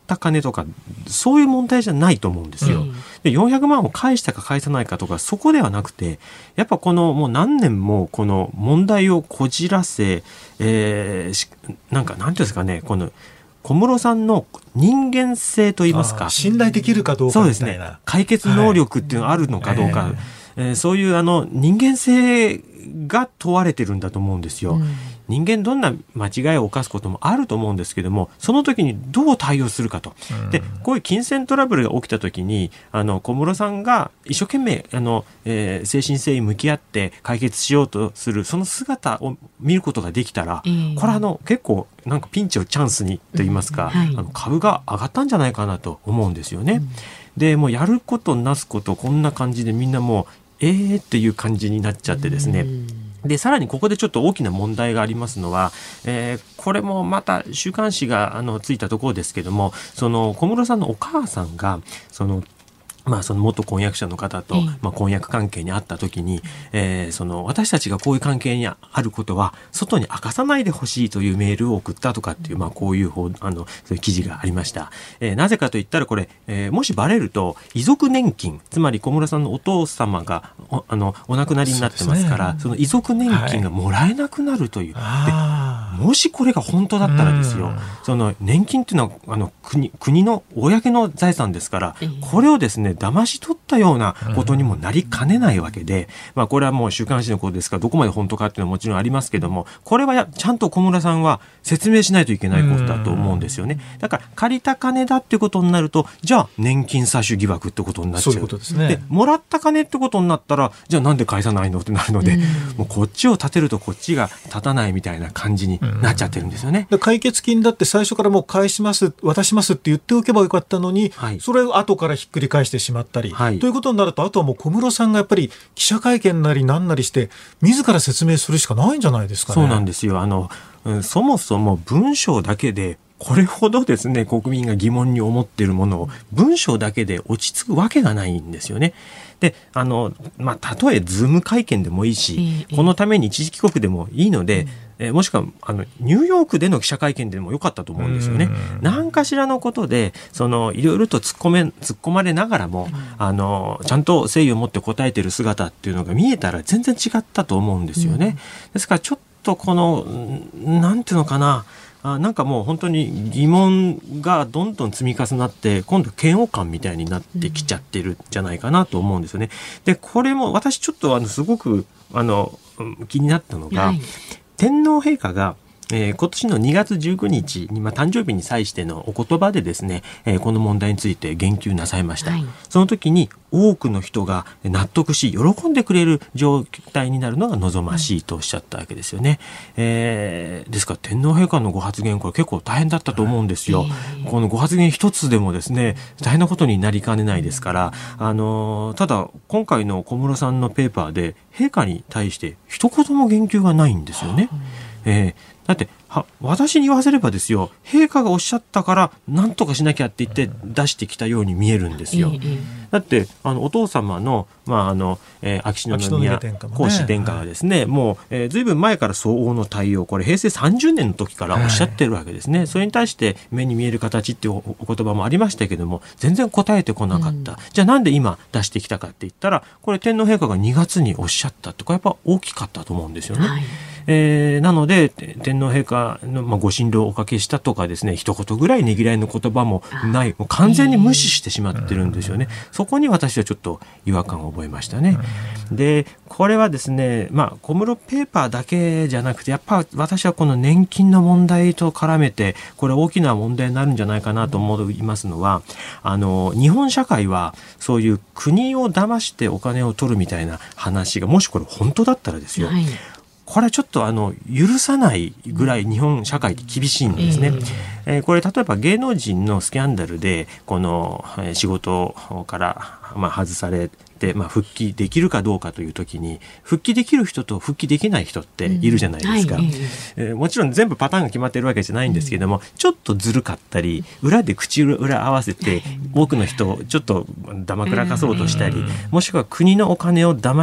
った金とかそういう問題じゃないと思うんですよ、うん、でよんひゃくまんを返したか返さないかとかそこではなくて、やっぱこのもう何年もこの問題をこじらせ、えー、なんかなんていうんですかね、この小室さんの人間性といいますか、 信頼できるかどうかみたいな、そうですね、 解決能力っていうのがあるのかどうか、はい、えーえー、そういうあの人間性が問われてるんだと思うんですよ、うん、人間どんな間違いを犯すこともあると思うんですけども、その時にどう対応するかと、うん、でこういう金銭トラブルが起きた時にあの小室さんが一生懸命あの、えー、精神性に向き合って解決しようとするその姿を見ることができたら、えー、これはあの結構なんかピンチをチャンスにと言いますか、うん、はい、あの株が上がったんじゃないかなと思うんですよね、うん、でもうやることなすことこんな感じでみんなもうえーっていう感じになっちゃってですね、うん、でさらにここでちょっと大きな問題がありますのは、えー、これもまた週刊誌があのついたところですけども、その小室さんのお母さんがそのまあ、その元婚約者の方と、まあ、婚約関係にあった時に、えー、その私たちがこういう関係にあることは外に明かさないでほしいというメールを送ったとかっていう、まあ、こういうあのそういう記事がありました、えー、なぜかといったらこれ、えー、もしバレると遺族年金、つまり小室さんのお父様が お, あのお亡くなりになってますから、 そ, ね、その遺族年金がもらえなくなるという、はい、でもしこれが本当だったらですよ、その年金っていうのはあの 国, 国の公の財産ですから、これをですね騙し取ったようなことにもなりかねないわけで、まあ、これはもう週刊誌のことですからどこまで本当かっていうのはもちろんありますけども、これはやちゃんと小室さんは説明しないといけないことだと思うんですよね。だから借りた金だってことになると、じゃあ年金詐取疑惑ってことになっちゃう。 そういうことですね。 でもらった金ってことになったら、じゃあなんで返さないのってなるので、もうこっちを立てるとこっちが立たないみたいな感じになっちゃってるんですよね。 で解決金だって最初からもう返します渡しますって言っておけばよかったのに、はい、それを後からひっくり返してしまったり、はい、ということになると、あとはもう小室さんがやっぱり記者会見なりなんなりして自ら説明するしかないんじゃないですかね。 そうなんですよ。あの、うん、そもそも文章だけでこれほどですね国民が疑問に思っているものを文章だけで落ち着くわけがないんですよね。であの、まあ、たとえズーム会見でもいいし、このために一時帰国でもいいので、えー、もしくはあのニューヨークでの記者会見でもよかったと思うんですよね。何かしらのことでそのいろいろと突っ込め突っ込まれながらも、あのちゃんと誠意を持って答えている姿っていうのが見えたら全然違ったと思うんですよね。ですからちょっとこのなんていうのかな、あなんかもう本当に疑問がどんどん積み重なって今度嫌悪感みたいになってきちゃってるんじゃないかなと思うんですよね。でこれも私ちょっとあのすごくあの気になったのが、はい、天皇陛下がえー、今年のにがつじゅうくにちに、まあ、誕生日に際してのお言葉でですね、えー、この問題について言及なさいました、はい、その時に多くの人が納得し喜んでくれる状態になるのが望ましいとおっしゃったわけですよね、えー、ですから天皇陛下のご発言これ結構大変だったと思うんですよ、えー、このご発言一つでもですね大変なことになりかねないですから、あのー、ただ今回の小室さんのペーパーで陛下に対して一言も言及がないんですよね、えーだっては私に言わせればですよ、陛下がおっしゃったから何とかしなきゃって言って出してきたように見えるんですよ。だってあのお父様の、まああのえー、秋篠宮皇嗣殿下がですね、はい、もう、えー、ずいぶん前から相応の対応、これ平成さんじゅうねんの時からおっしゃってるわけですね、はい、それに対して目に見える形っていう お, お言葉もありましたけども全然答えてこなかった、うん、じゃあなんで今出してきたかって言ったら、これ天皇陛下がにがつにおっしゃったってこれやっぱ大きかったと思うんですよね、はい、えー、なので天皇陛下の、まあ、ご心労をおかけしたとかですね、一言ぐらいねぎらいの言葉もない、もう完全に無視してしまってるんですよね。そこに私はちょっと違和感を覚えましたね。でこれはですね、まあ、小室ペーパーだけじゃなくてやっぱ私はこの年金の問題と絡めてこれ大きな問題になるんじゃないかなと思いますのは、あの日本社会はそういう国を騙してお金を取るみたいな話がもしこれ本当だったらですよ、はい、これはちょっとあの許さないぐらい日本社会って厳しいんですね、えー、これ例えば芸能人のスキャンダルでこの仕事からまあ外されて、まあ、復帰できるかどうかという時に復帰できる人と復帰できない人っているじゃないですか、うんはいえー、もちろん全部パターンが決まっているわけじゃないんですけども、うん、ちょっとずるかったり裏で口裏合わせて多くの人をちょっとだまくらかそうとしたり、もしくは国のお金を騙し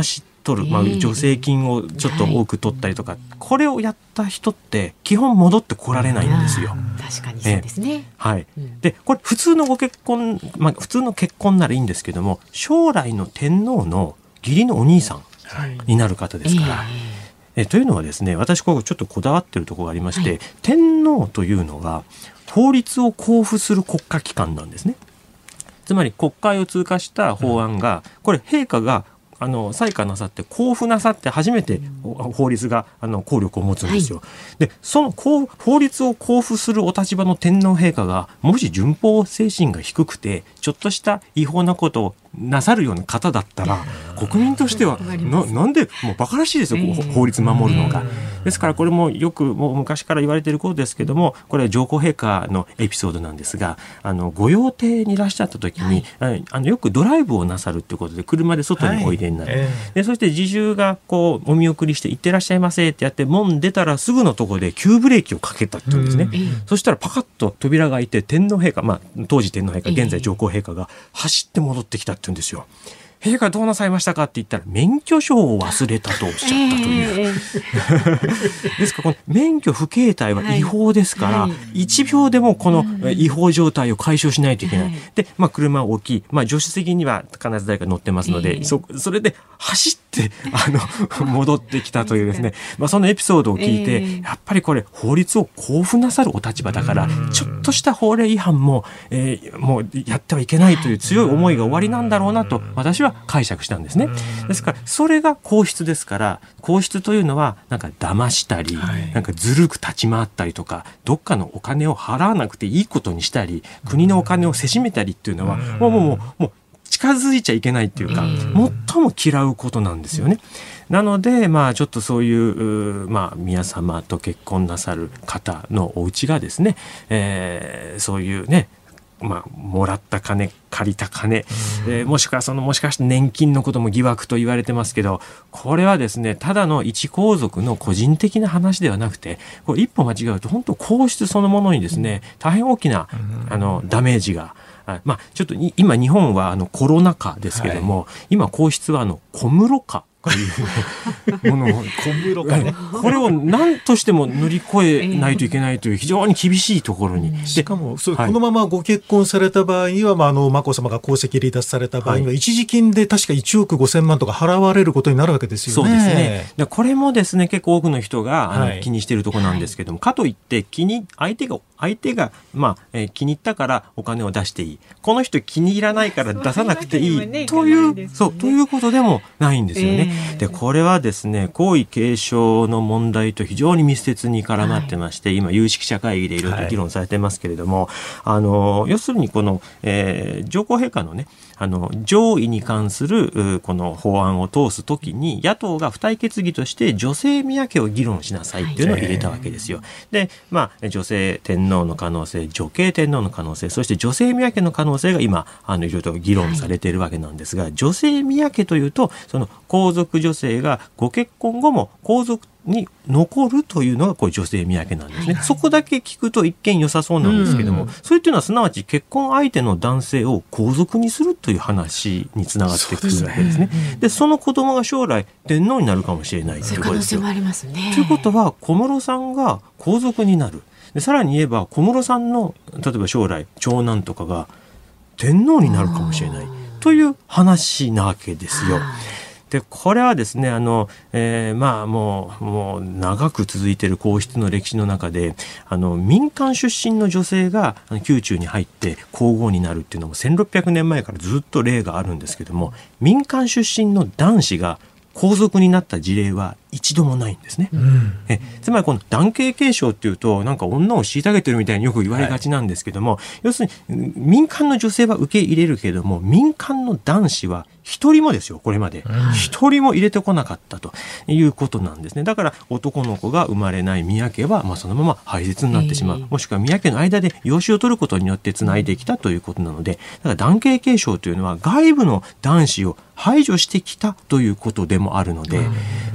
取る、まあ、助成金をちょっと多く取ったりとか、はい、これをやった人って基本戻ってこられないんですよ。 確かにそうですね。 はい、うん、でこれ普通のご結婚、まあ、普通の結婚ならいいんですけども、将来の天皇の義理のお兄さんになる方ですから、はい、えー、というのはですね、私ここちょっとこだわってるところがありまして、はい、天皇というのは法律を公布する国家機関なんですね。つまり国会を通過した法案が、これ陛下があの裁可なさって公布なさって初めて法律があの効力を持つんですよ。はい、でその法律を公布するお立場の天皇陛下がもし順法精神が低くてちょっとした違法なことをなさるような方だったら、国民としては な, なんでもうバカらしいですよ、えー、法律守るのが。ですからこれもよくもう昔から言われていることですけども、これは上皇陛下のエピソードなんですが、あのご用邸にいらっしゃった時に、はい、あのよくドライブをなさるということで車で外においでになる、はい、えー、でそして侍従がこうお見送りして行ってらっしゃいませってやって門出たらすぐのところで急ブレーキをかけたって言うんですね。そしたらパカッと扉が開いて天皇陛下、まあ、当時天皇陛下現在上皇陛下が走って戻ってきたって言うんですよ。陛下どうなさいましたかって言ったら、免許証を忘れたとおっしゃったという、えー、ですからこの免許不携帯は違法ですから、はいはい、いちびょうでもこの違法状態を解消しないといけない、はい、で、まあ、車大きい、まあ、助手席には必ず誰か乗ってますので、えー、そ, それで走ってあの戻ってきたというですね、まあ、そのエピソードを聞いて、えー、やっぱりこれ法律を公布なさるお立場だから、ちょっとした法令違反も、えー、もうやってはいけないという強い思いが終わりなんだろうなと私は解釈したんですね。ですからそれが皇室ですから、皇室というのはなんか騙したり、はい、なんかずるく立ち回ったりとか、どっかのお金を払わなくていいことにしたり、国のお金をせしめたりっていうのはもうもうもうもう近づいちゃいけないっていうか、最も嫌うことなんですよね。なので、まあ、ちょっとそういう、まあ、宮様と結婚なさる方のお家がですね、えー、そういうね、まあ、もらった金借りた金、えー、もしくはそのもしかして年金のことも疑惑と言われてますけど、これはですね、ただの一皇族の個人的な話ではなくて、これ一歩間違うと本当皇室そのものにですね、大変大きなあのダメージが、まあ、ちょっと今日本はあのコロナ禍ですけども、はい、今皇室はあの小室禍というものを小室かね、これを何としても乗り越えないといけないという非常に厳しいところに、 でしかもそう、はい、このままご結婚された場合には、まあ、あの眞子さまが皇籍離脱された場合には、はい、一時金で確かいちおくごせんまんとか払われることになるわけですよね。 そうですね。でこれもですね、結構多くの人があの、はい、気にしているところなんですけども、かといって気に相手が相手が、まあえー、気に入ったからお金を出していい、この人気に入らないから出さなくていい、ね、という、ね、そうということでもないんですよね。えー、でこれはですね、皇位継承の問題と非常に密接に絡まってまして、はい、今有識者会議でいろいろと議論されてますけれども、はい、あの要するにこの、えー、上皇陛下のね、あの上位に関するこの法案を通すときに野党が付帯決議として女性宮家を議論しなさいっていうのを入れたわけですよ。で、まあ、女性天皇の可能性、女系天皇の可能性、そして女性宮家の可能性が今あのいろいろと議論されているわけなんですが、はい、女性宮家というとその皇族女性がご結婚後も皇族に残るというのがこう女性宮家なんですね。はいはい、そこだけ聞くと一見良さそうなんですけども、うん、それというのはすなわち結婚相手の男性を皇族にするという話につながってくるわけですね。で、でその子供が将来天皇になるかもしれないということですよ。 そういう可能性もありますね。 ということは小室さんが皇族になる。でさらに言えば小室さんの例えば将来長男とかが天皇になるかもしれないという話なわけですよ。でこれはですね、あの、えー、まあもう、もう長く続いている皇室の歴史の中で、あの民間出身の女性が宮中に入って皇后になるっていうのもせんろっぴゃくねんまえからずっと例があるんですけども、民間出身の男子が皇族になった事例は一度もないんですね。うん、えつまりこの男系継承っていうとなんか女を虐げてるみたいによく言われがちなんですけども、はい、要するに民間の女性は受け入れるけれども民間の男子は一人もですよ、これまで一人も入れてこなかったということなんですね。だから男の子が生まれない宮家は、まあ、そのまま廃絶になってしまう、もしくは宮家の間で養子を取ることによってつないできたということなので、だから男系継承というのは外部の男子を排除してきたということでもあるので、この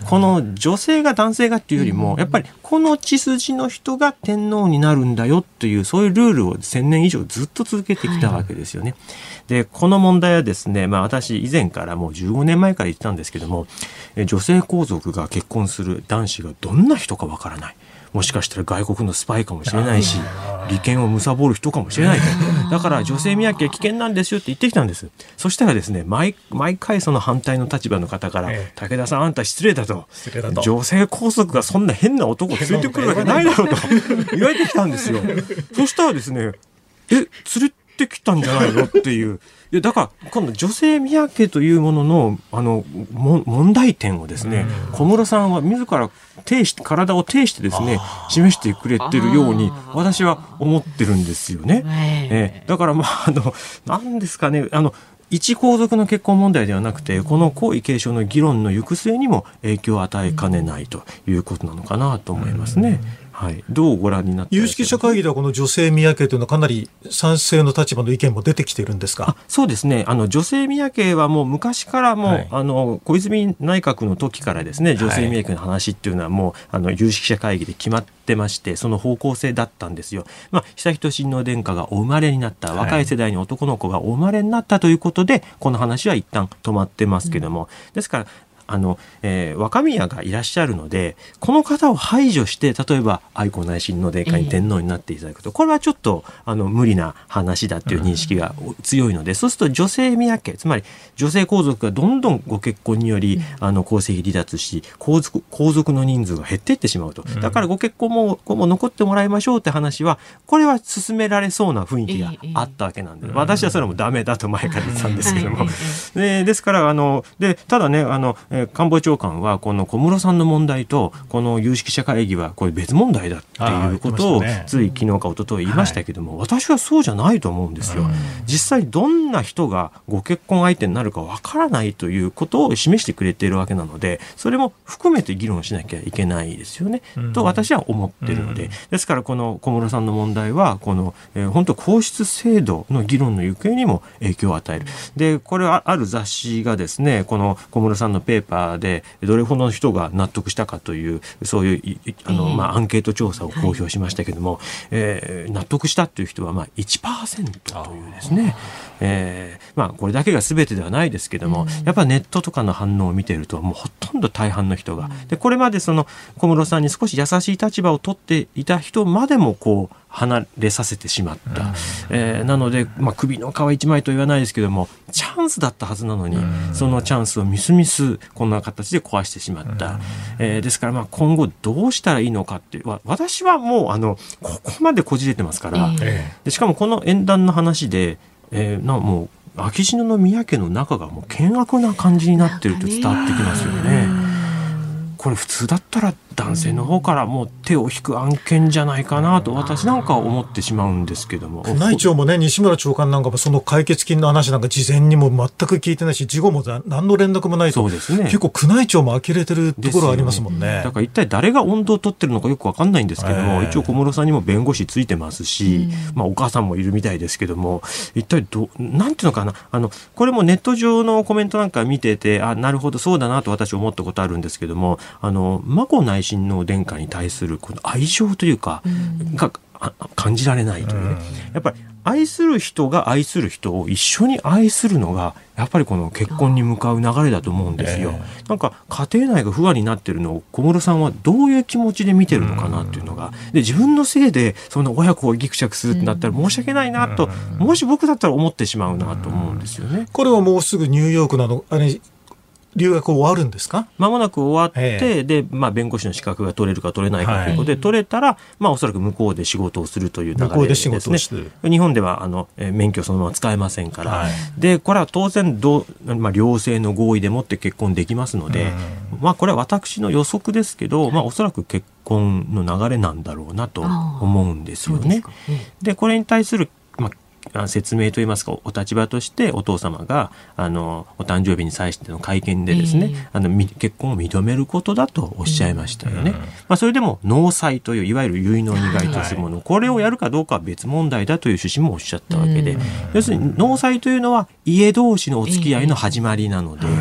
の女性が男性がっていうよりも、やっぱりこの血筋の人が天皇になるんだよというそういうルールをせんねん以上ずっと続けてきたわけですよね。はい、でこの問題はですね、まあ、私以前からもうじゅうごねんまえから言ってたんですけども、女性皇族が結婚する男子がどんな人かわからない、もしかしたら外国のスパイかもしれないし、利権を貪る人かもしれないと。だから女性宮家は危険なんですよって言ってきたんです。そしたらですね、毎, 毎回その反対の立場の方から、ええ、武田さんあんた失礼だと、失礼だと、女性皇族がそんな変な男を連れてくるわけないだろうと言われてきたんですよ。そしたらですね、え連れてきたんじゃないのっていう。いやだから今度女性宮家というものの、あのも問題点をですね、小室さんは自ら呈して体を呈してですね示してくれてるように私は思ってるんですよね。えー、だからまああの何ですかね、あの一皇族の結婚問題ではなくて、この皇位継承の議論の行く末にも影響を与えかねないということなのかなと思いますね。はい、どうご覧になっていらっしゃいますか？有識者会議ではこの女性宮家というのはかなり賛成の立場の意見も出てきているんですか？あ、そうですね、あの女性宮家はもう昔からもう、はい、あの小泉内閣の時からですね、女性宮家の話っていうのはもう、はい、あの有識者会議で決まってまして、その方向性だったんですよ。まあ、悠仁親王殿下がお生まれになった、若い世代に男の子がお生まれになったということで、はい、この話は一旦止まってますけども、うん、ですからあの、えー、若宮がいらっしゃるので、この方を排除して例えば愛子内親王殿下に天皇になっていただくと、これはちょっとあの無理な話だという認識が強いので、そうすると女性宮家、つまり女性皇族がどんどんご結婚によりあの皇籍離脱し、皇族、皇族の人数が減っていってしまうと。だからご結婚も、も残ってもらいましょうって話は、これは進められそうな雰囲気があったわけなんで、私はそれもダメだと前から言ってたんですけども、でですからあのでただね、あの官房長官はこの小室さんの問題とこの有識者会議はこれ別問題だっていうことをつい昨日か一昨日言いましたけども、はい、私はそうじゃないと思うんですよ。実際どんな人がご結婚相手になるかわからないということを示してくれているわけなので、それも含めて議論しなきゃいけないですよね、と私は思っているので、ですからこの小室さんの問題はこの、えー、本当皇室制度の議論の行方にも影響を与える。でこれはある雑誌がですね、この小室さんのペーパーでどれほどの人が納得したかというそういうあの、まあ、アンケート調査を公表しましたけども、はい、えー、納得したという人はまあ いちパーセント というですね、えーまあ、これだけが全てではないですけども、うん、やっぱりネットとかの反応を見ているともうほとんど大半の人が、うん、でこれまでその小室さんに少し優しい立場を取っていた人までもこう離れさせてしまった、うん、えー、なので、まあ、首の皮一枚と言わないですけどもチャンスだったはずなのに、うん、そのチャンスをみすみすこんな形で壊してしまった、うん、えー、ですからまあ今後どうしたらいいのかって私はもうあのここまでこじれてますから、えー、でしかもこの縁談の話で、えー、なもう秋篠宮家の中がもう険悪な感じになってると伝わってきますよね。これ普通だったら男性の方からもう手を引く案件じゃないかなと私なんかは思ってしまうんですけども、 宮内庁もね、西村長官なんかもその解決金の話なんか事前にも全く聞いてないし、事後も何の連絡もないと。そうですね、結構宮内庁も呆れてるところありますもん ね, ねだから一体誰が音頭を取ってるのかよく分かんないんですけども、えー、一応小室さんにも弁護士ついてますし、まあ、お母さんもいるみたいですけども、一体どなんていうのかな、あのこれもネット上のコメントなんか見てて、あ、なるほどそうだなと私思ったことあるんですけども、あの眞子内親王殿下に対するこの愛情というか、うん、が感じられないというね、うん、やっぱり愛する人が愛する人を一緒に愛するのがやっぱりこの結婚に向かう流れだと思うんですよ。なんか家庭内が不安になってるのを小室さんはどういう気持ちで見てるのかなっていうのが、で自分のせいでその親子をぎくしゃくするってなったら申し訳ないなと、もし僕だったら思ってしまうなと思うんですよね。 これはもうすぐニューヨークなのあれ留学終わるんですか？ 間もなく終わって、で、まあ、弁護士の資格が取れるか取れないかということで、はい、取れたら、まあ、おそらく向こうで仕事をするという流れですね。向こうで仕事をして日本ではあの免許そのまま使えませんから、はい、でこれは当然どう、まあ、両性の合意でもって結婚できますので、まあ、これは私の予測ですけど、まあ、おそらく結婚の流れなんだろうなと思うんですよね。でこれに対する、まあ説明といいますかお立場としてお父様があのお誕生日に際しての会見でですね、えー、あの結婚を認めることだとおっしゃいましたよね、うんまあ、それでも納采といういわゆる結納に該当するもの、はい、これをやるかどうかは別問題だという趣旨もおっしゃったわけで、うん、要するに納采というのは家同士のお付き合いの始まりなので、えー、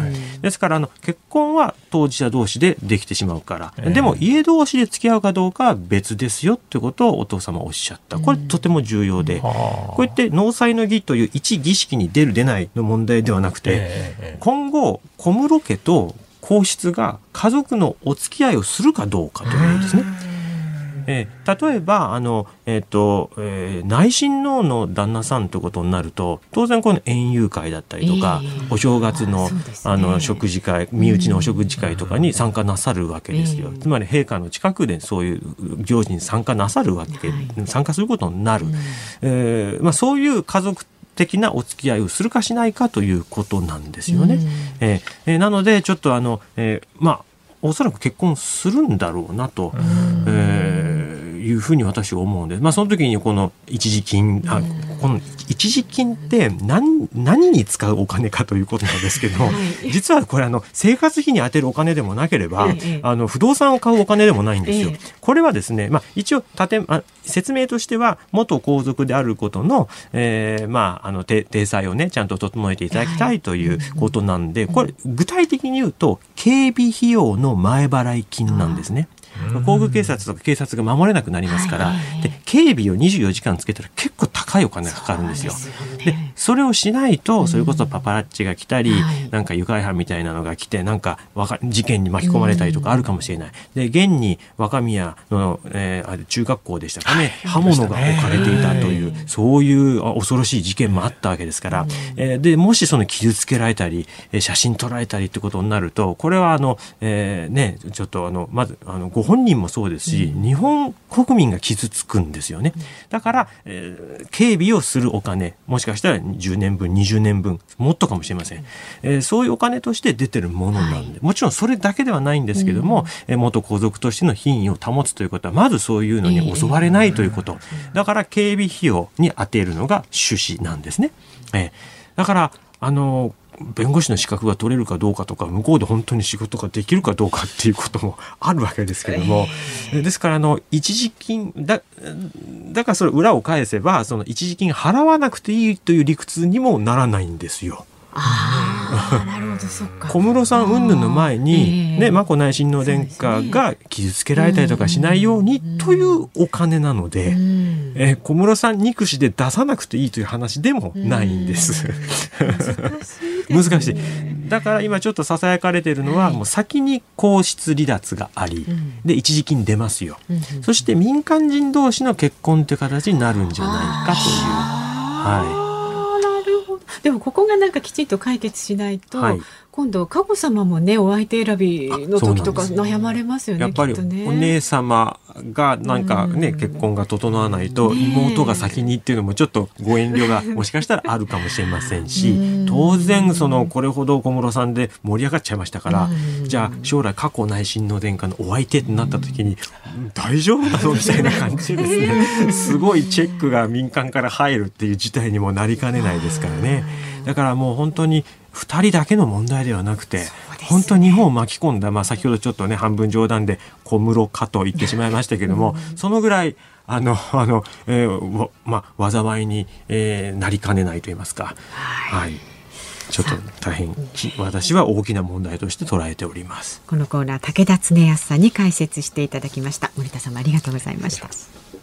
ですからあの結婚は当事者同士でできてしまうから、 えー、 でも家同士で付き合うかどうかは別ですよってことをお父様おっしゃった。これとても重要で、うん、こうやって納采の儀という一儀式に出る出ないの問題ではなくて、えー、今後小室家と皇室が家族のお付き合いをするかどうかというですね。えー、例えばあの、えーとえー、内親王の旦那さんということになると当然この園遊会だったりとか、えー、お正月 の, あ、ね、あの食事会身内のお食事会とかに参加なさるわけですよ、えー、つまり陛下の近くでそういう行事に参加なさるわけ、はい、参加することになる、うんえーまあ、そういう家族的なお付き合いをするかしないかということなんですよね、うんえー、なのでちょっとあの、えー、まあおそらく結婚するんだろうなと、えー、いうふうに私は思うんです。まあ、その時にこの一時金あこの一時金って何、何に使うお金かということなんですけど、はい、実はこれあの生活費に充てるお金でもなければ、ええ、あの不動産を買うお金でもないんですよ、ええ、これはですね、まあ、一応建あ説明としては元皇族であることの、えーまあ、あの体裁をねちゃんと整えていただきたいということなんで、はい、これ具体的に言うと警備費用の前払い金なんですね。皇宮警察とか警察が守れなくなりますから、はい、で警備をにじゅうよじかんつけたら結構高いお金がかかるんですよ。そうですよね。でそれをしないとそれこそパパラッチが来たり、うん、なんか愉快犯みたいなのが来てなんか事件に巻き込まれたりとかあるかもしれない、うん、で現に若宮の、えー、中学校でしたかね、刃物が置かれていたという、はい、そういう恐ろしい事件もあったわけですから、うんえー、でもしその傷つけられたり写真撮られたりってことになるとこれはあの、えーね、ちょっとあのまずあのご本人もそうですし、うん、日本国民が傷つくんですよね。だから、えー、警備をするお金もしかしたらじゅうねんぶんにじゅうねんぶんもっとかもしれません、えー、そういうお金として出てるものなんで、はい、もちろんそれだけではないんですけども、うんえー、元皇族としての品位を保つということはまずそういうのに襲われないということ、えー、だから警備費用に充てるのが趣旨なんですね、えー、だからあの弁護士の資格が取れるかどうかとか向こうで本当に仕事ができるかどうかっていうこともあるわけですけども、えー、ですからあの一時金だ、だからそれ裏を返せばその一時金払わなくていいという理屈にもならないんですよ。 あなるほどそっか。 小室さん云々の前に、ね、眞子内親王殿下が傷つけられたりとかしないようにというお金なので、えー、小室さん憎しで出さなくていいという話でもないんです難しいですね。難しい。だから今ちょっとささやかれているのは、はい、もう先に皇室離脱があり、うん、で一時金出ますよ、うんうん、そして民間人同士の結婚という形になるんじゃないかという、はい。 でもここがなんかきちんと解決しないと、はい、今度佳子さまもねお相手選びの時とか悩まれますよね。 やっぱりお姉様がなんかね、うん、結婚が整わないと妹が先にっていうのもちょっとご遠慮がもしかしたらあるかもしれませんし当然そのこれほど小室さんで盛り上がっちゃいましたからじゃあ将来佳子内親王殿下のお相手ってなった時に大丈夫なのみたいな感じですねすごいチェックが民間から入るっていう事態にもなりかねないですからね。だからもう本当にふたりだけの問題ではなくて、ね、本当に日本を巻き込んだ、まあ、先ほどちょっとね半分冗談で小室かと言ってしまいましたけども、うん、そのぐらいあのあの、えーまあ、災いに、えー、なりかねないと言いますか、はいはい、ちょっと大変私は大きな問題として捉えております。 このコーナー武田恒康さんに解説していただきました。森田様ありがとうございました。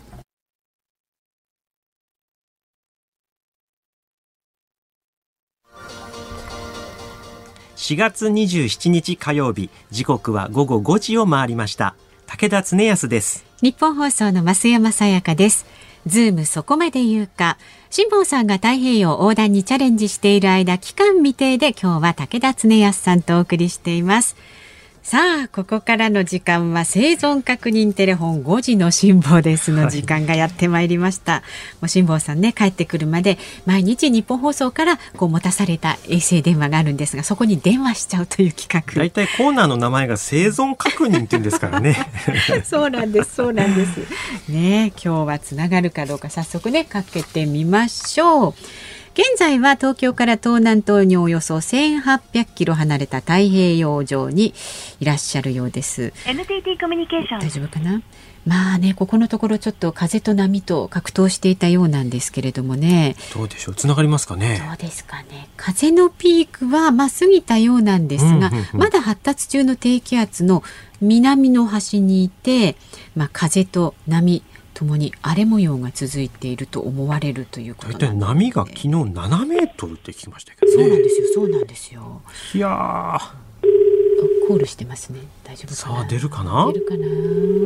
しがつにじゅうしちにち火曜日、時刻はごごごじを回りました。武田恒康です。 日本放送の増山さやかです。ズームそこまで言うか。辛坊さんが太平洋横断にチャレンジしている間、期間未定で今日は武田恒康さんとお送りしています。さあここからの時間は生存確認テレフォンごじの辛坊ですの時間がやってまいりました、はい、もう辛坊さんね帰ってくるまで毎日日本放送からこう持たされた衛星電話があるんですがそこに電話しちゃうという企画。 だいたいコーナーの名前が生存確認って言うんですからねそうなんですそうなんですね。今日はつながるかどうか早速ねかけてみましょう。 現在は東京から東南東におよそせんはっぴゃくキロ離れた太平洋上にいらっしゃるようです。 エヌティーティー コミュニケーション大丈夫かな。まあね、ここのところちょっと風と波と格闘していたようなんですけれどもね。 どうでしょう、つながりますかね。 どうですかね。風のピークはまあ過ぎたようなんですが、うんうんうん、まだ発達中の低気圧の南の端にいて、まあ、風と波ともに荒れ模様が続いていると思われるということなんで。 大体波が昨日ななメートルって聞きましたけどね。 そうなんですよ、そうなんですよ。 いやー、 コールしてますね。大丈夫かな。さあ出るかな。 出るかな。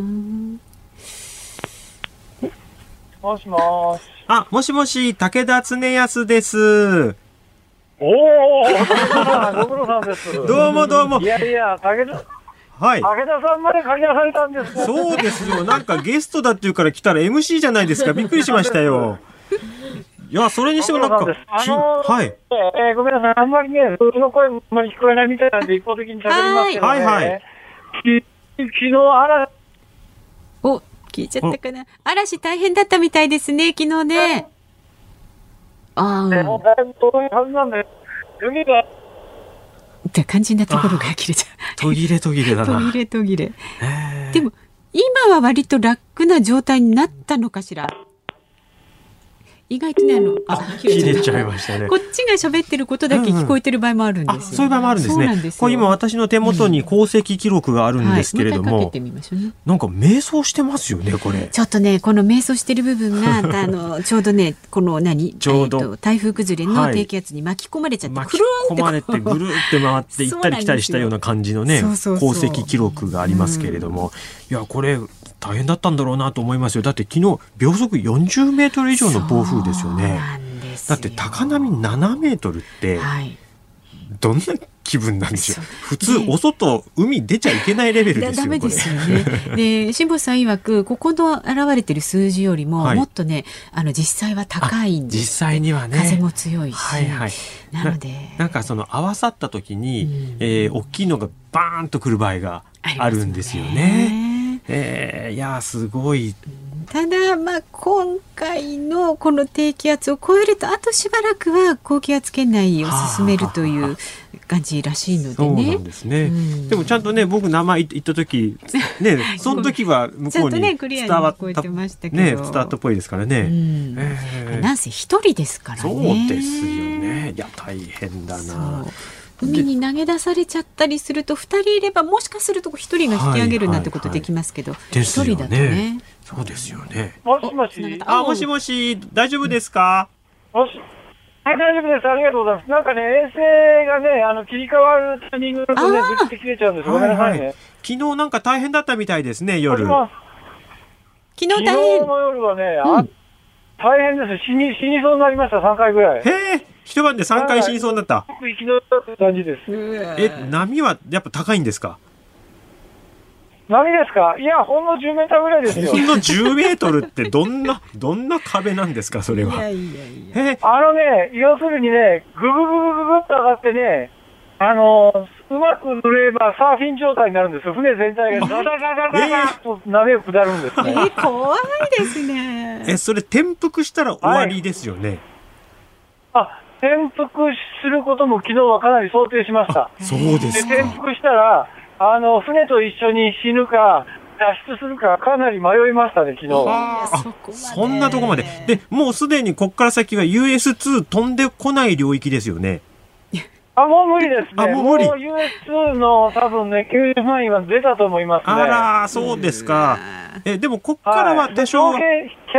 もしもし。 あ、もしもし、武田恒康です。 おー、ご苦労さんです。 どうもどうも。 いやいや、武田、 はい。 武田さんまで書き出されたんです。 そうですよ。なんかゲストだっていうから来たら エムシー じゃないですか。びっくりしましたよ。いや、それにしてもなんか、 あのー、 はい。 えー、ごめんなさい。あんまりね、うちの声あんまり聞こえないみたいなんで一方的に喋りますけどね。はいはい。き昨日嵐。 お、聞いちゃったかな。嵐大変だったみたいですね、昨日ね。ああ。 でもだいぶ遠いはずなんで、海が。 って肝心なところが切れちゃう。 途切れ途切れだな。 途切れ途切れ。でも今は割と楽な状態になったのかしら。意外とね、あの、あ、 切れちゃいましたね。 こっちが喋ってることだけ聞こえてる場合もあるんですよ。うんうん、 そういう場合もあるんですね。そうなんですよ。これ今私の手元に航跡記録があるんですけれども、うん、はい、もう一回かけてみましょうね。なんか迷走してますよね、これ。 ちょっとね、この迷走してる部分があのちょうどね、この何、 ちょうど、えー、 台風崩れの低気圧に巻き込まれちゃって、はい、 巻き込まれてぐるって回って行ったり来たりしたような感じのね、航跡記録がありますけれども、うん、いやこれ大変だったんだろうなと思いますよ。だって昨日秒速よんじゅうメートル以上の暴風ですよね。だって高波ななメートルって、はい、どんな気分なんでしょう。普通、ね、お外海出ちゃいけないレベルですよ。 ダメですよね。で、辛坊さん曰くここの現れてる数字よりも、はい、もっとね、あの実際は高いんです。 実際にはね、 風も強いし、 はいはい、 なのでな, なんかその合わさった時に、うん、えー、大きいのがバーンとくる場合があるんですよね。えー、いやすごい。 ただ、まあ、今回のこの低気圧を超えるとあとしばらくは高気圧圏内を進めるという感じらしいのでね。 そうなんですね、うん、でもちゃんとね、僕名前言った時ね、その時は向こうに伝わった、ね、伝わったっぽいですからね、うん、 えー、なんせ一人ですからね。 そうですよね。いや大変だな。 海に投げ出されちゃったりするとふたりいればもしかするとひとりが引き上げるなんてことできますけど、ひとりだとね。 そうですよね。 もしもし。 あ、もしもし、大丈夫ですか。 もし。はい、大丈夫です。ありがとうございます。なんかね、衛星がね、あの切り替わるタイミングでね、ずっと切れちゃうんです。ごめんなさいね、はいはい。 昨日なんか大変だったみたいですね、夜。 昨日大変。 昨日の夜はね、あ、うん、大変です。死に死にそうになりました。さんかいぐらい。 へえ。一晩でさんかい死にそうになった。 生き残った感じです。 え、波はやっぱ高いんですか。 波ですか。いや、ほんのじゅうメーターぐらいですよ。 ほんのじゅうメートルってどんなどんな壁なんですか、それは。いやいやいや。あのね、要するにね、ぐぐぐぐぐぐっと上がってね、あのうまく乗ればサーフィン状態になるんですよ。船全体がダダダダダダッと波を下るんですね。 えー、怖いですね。 え、それ転覆したら終わりですよね。 はい、あ。転覆することも昨日はかなり想定しました。 そうですか。 で、転覆したら、あの、船と一緒に死ぬか、脱出するか、かなり迷いましたね、昨日は。 あ、そんなとこまで。で、もうすでにこっから先は ユーエスツー 飛んでこない領域ですよね。 あ、もう無理ですね。 あ、もう無理。 もう ユーエスツー の多分ね、きゅうじゅう範囲は出たと思いますね。 あら、そうですか。え、でもこっからは多少は、はい、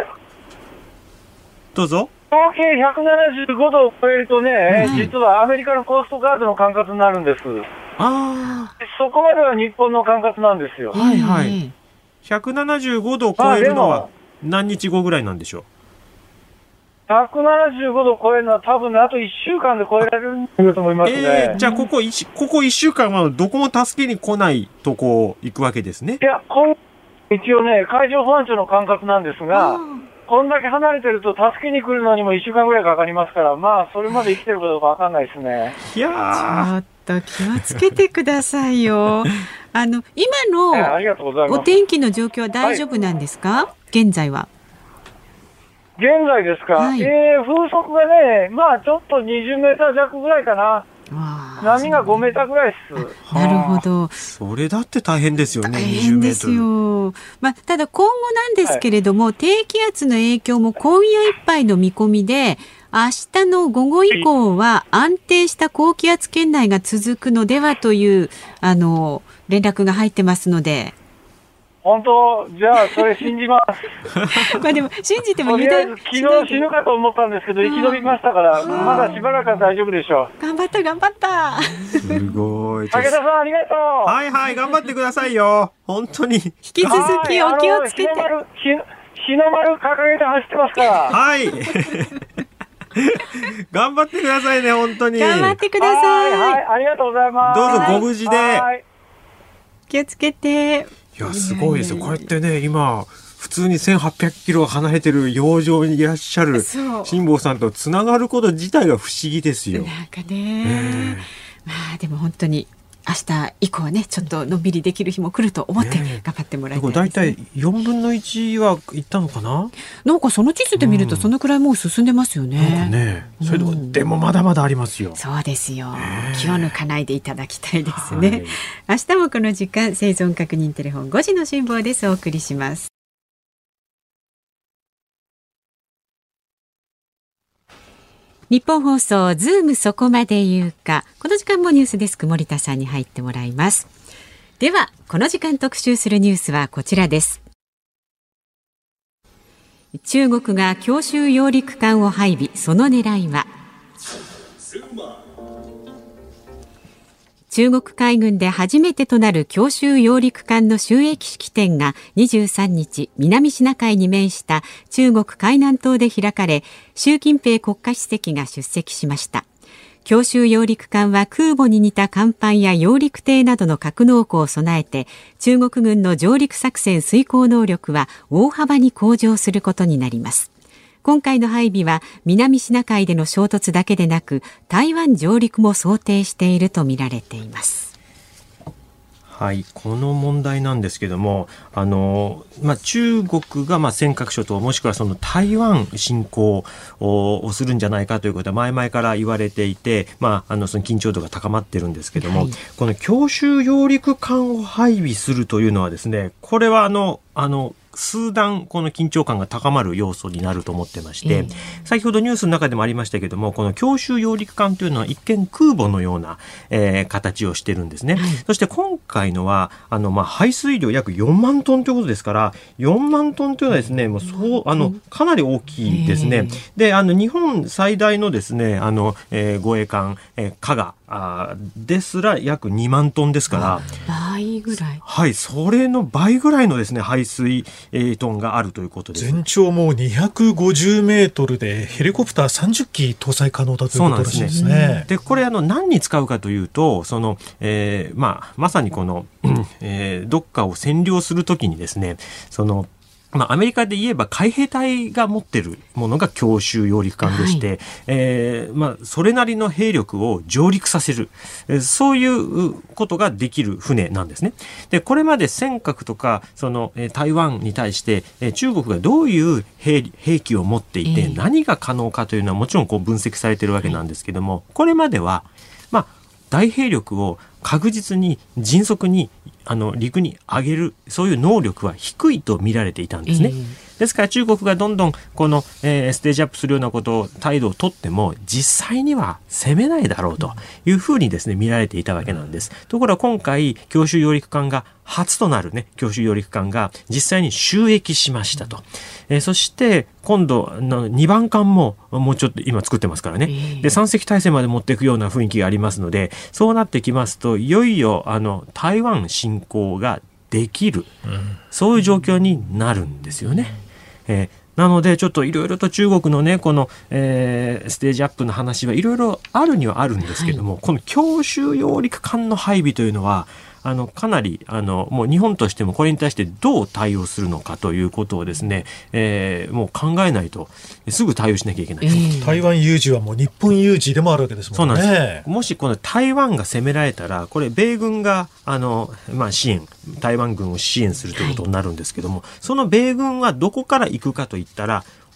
どうぞ。 合計ひゃくななじゅうごどを超えるとね、うん、実はアメリカのコーストガードの管轄になるんです。 ああ。 そこまでは日本の管轄なんですよ。 はいはい。ひゃくななじゅうごどを超えるのは何日後ぐらいなんでしょう。 ひゃくななじゅうごど超えるのは多分ね、あといっしゅうかんで超えられると思いますね。 えー、じゃあここいち、ここいっしゅうかんはどこも助けに来ないとこ行くわけですね。 いや、こ一応ね、海上保安庁の管轄なんですが、こんだけ離れてると助けに来るのにもいっしゅうかんぐらいかかりますから、まあそれまで生きてるかどうかわかんないですね。 いやー、 ちょっと気をつけてくださいよ。あの今のお天気の状況は大丈夫なんですか、はい、現在は。 現在ですか、 はい、 えー、風速がね、まあちょっとにじゅうメーター弱ぐらいかな。波がごメーターぐらいです。 なるほど。 それだって大変ですよね。 大変ですよ。まあ、ただ今後なんですけれども、はい、低気圧の影響も今夜いっぱいの見込みで、明日の午後以降は安定した高気圧圏内が続くのではというあの連絡が入ってますので。 本当、じゃあそれ信じます。 まあでも信じてもとりあえず昨日死ぬかと思ったんですけど、生き延びましたから、まだしばらくは大丈夫でしょう。頑張った頑張った。 すごい。 武田さんありがとう。 はいはい、頑張ってくださいよ。本当に。引き続きお気をつけて。 日の丸、日の丸掲げて走ってますから。 はい。頑張ってくださいね、本当に。 頑張ってください。 はい、はい、ありがとうございます。 どうぞご無事で。はい、 気をつけて。 いや、すごいですよ。こうやってね、今普通にせんはっぴゃくキロ離れてる洋上にいらっしゃる辛坊さんとつながること自体が不思議ですよ。 なんかね、まあでも本当に明日以降はね、ちょっとのんびりできる日も来ると思って頑張ってもらいたいですね。 だいたいよんぶんのいちはいったのかな。 なんかその地図で見るとそのくらいもう進んでますよね。 なんかね、それでも、うん、でもまだまだありますよ。 そうですよ。気を抜かないでいただきたいですね。はい、明日もこの時間生存確認テレフォンごじの辛坊です。お送りします。日本放送ズームそこまで言うか。この時間もニュースデスク森田さんに入ってもらいます。ではこの時間特集するニュースはこちらです。中国が強襲揚陸艦を配備、その狙いは。中国海軍で初めてとなる強襲揚陸艦の就役式典がにじゅうさんにち、南シナ海に面した中国海南島で開かれ、習近平国家主席が出席しました。強襲揚陸艦は空母に似た甲板や揚陸艇などの格納庫を備えて、中国軍の上陸作戦遂行能力は大幅に向上することになります。今回の配備は南シナ海での衝突だけでなく、台湾上陸も想定しているとみられています。 はい、この問題なんですけども、あの、まあ、中国がまあ尖閣諸島もしくはその台湾侵攻をするんじゃないかということは前々から言われていて、まあ、あのその緊張度が高まってるんですけども、はい、この強襲揚陸艦を配備するというのはですね、これはあのあの数段この緊張感が高まる要素になると思ってまして、えー、先ほどニュースの中でもありましたけども、この強襲揚陸艦というのは一見空母のような、えー、形をしてるんですね、はい、そして今回のはあの、まあ、排水量約よんまんトンということですから、よんまんトンというのはですね、もうそうあのかなり大きいですね、えー、であの日本最大のですねあの、えー、護衛艦、えー、加賀あですら約にまんトンですから、 倍ぐらい、 はい、それの倍ぐらいのですね排水、えー、トンがあるということです。 全長もにひゃくごじゅうメートルでヘリコプターさんじゅっき搭載可能だということらしいですね。 でこれあの何に使うかというと、その、えーまあ、まさにこの、えー、どっかを占領するときにですね、そのまあ、アメリカで言えば海兵隊が持ってるものが強襲揚陸艦でして、はい、えーまあ、それなりの兵力を上陸させる、えー、そういうことができる船なんですね。でこれまで尖閣とかその、えー、台湾に対して、えー、中国がどういう 兵, 兵器を持っていて、えー、何が可能かというのはもちろんこう分析されているわけなんですけども、これまでは、まあ、大兵力を確実に迅速にあの陸に上げる、そういう能力は低いと見られていたんですね、えー、ですから中国がどんどんこの、えー、ステージアップするようなことを態度を取っても実際には攻めないだろうというふうにですね見られていたわけなんです。ところが今回強襲揚陸艦が初となるね強襲揚陸艦が実際に就役しましたと、えー、そして今度のにばん艦ももうちょっと今作ってますからね、えー、でさん隻体制まで持っていくような雰囲気がありますので、そうなってきますといよいよあの台湾侵攻ができる、うん、そういう状況になるんですよね、えーなのでちょっといろいろと中国のねこの、えー、ステージアップの話はいろいろあるにはあるんですけども、はい、この強襲揚陸艦の配備というのはあのかなりあのもう日本としてもこれに対してどう対応するのかということをですね、えー、もう考えないとすぐ対応しなきゃいけない、えー、台湾有事はもう日本有事でもあるわけですもんね。 そうなんです。もしこの台湾が攻められたらこれ米軍があの、まあ、支援台湾軍を支援するということになるんですけども、はい、その米軍はどこから行くかといったら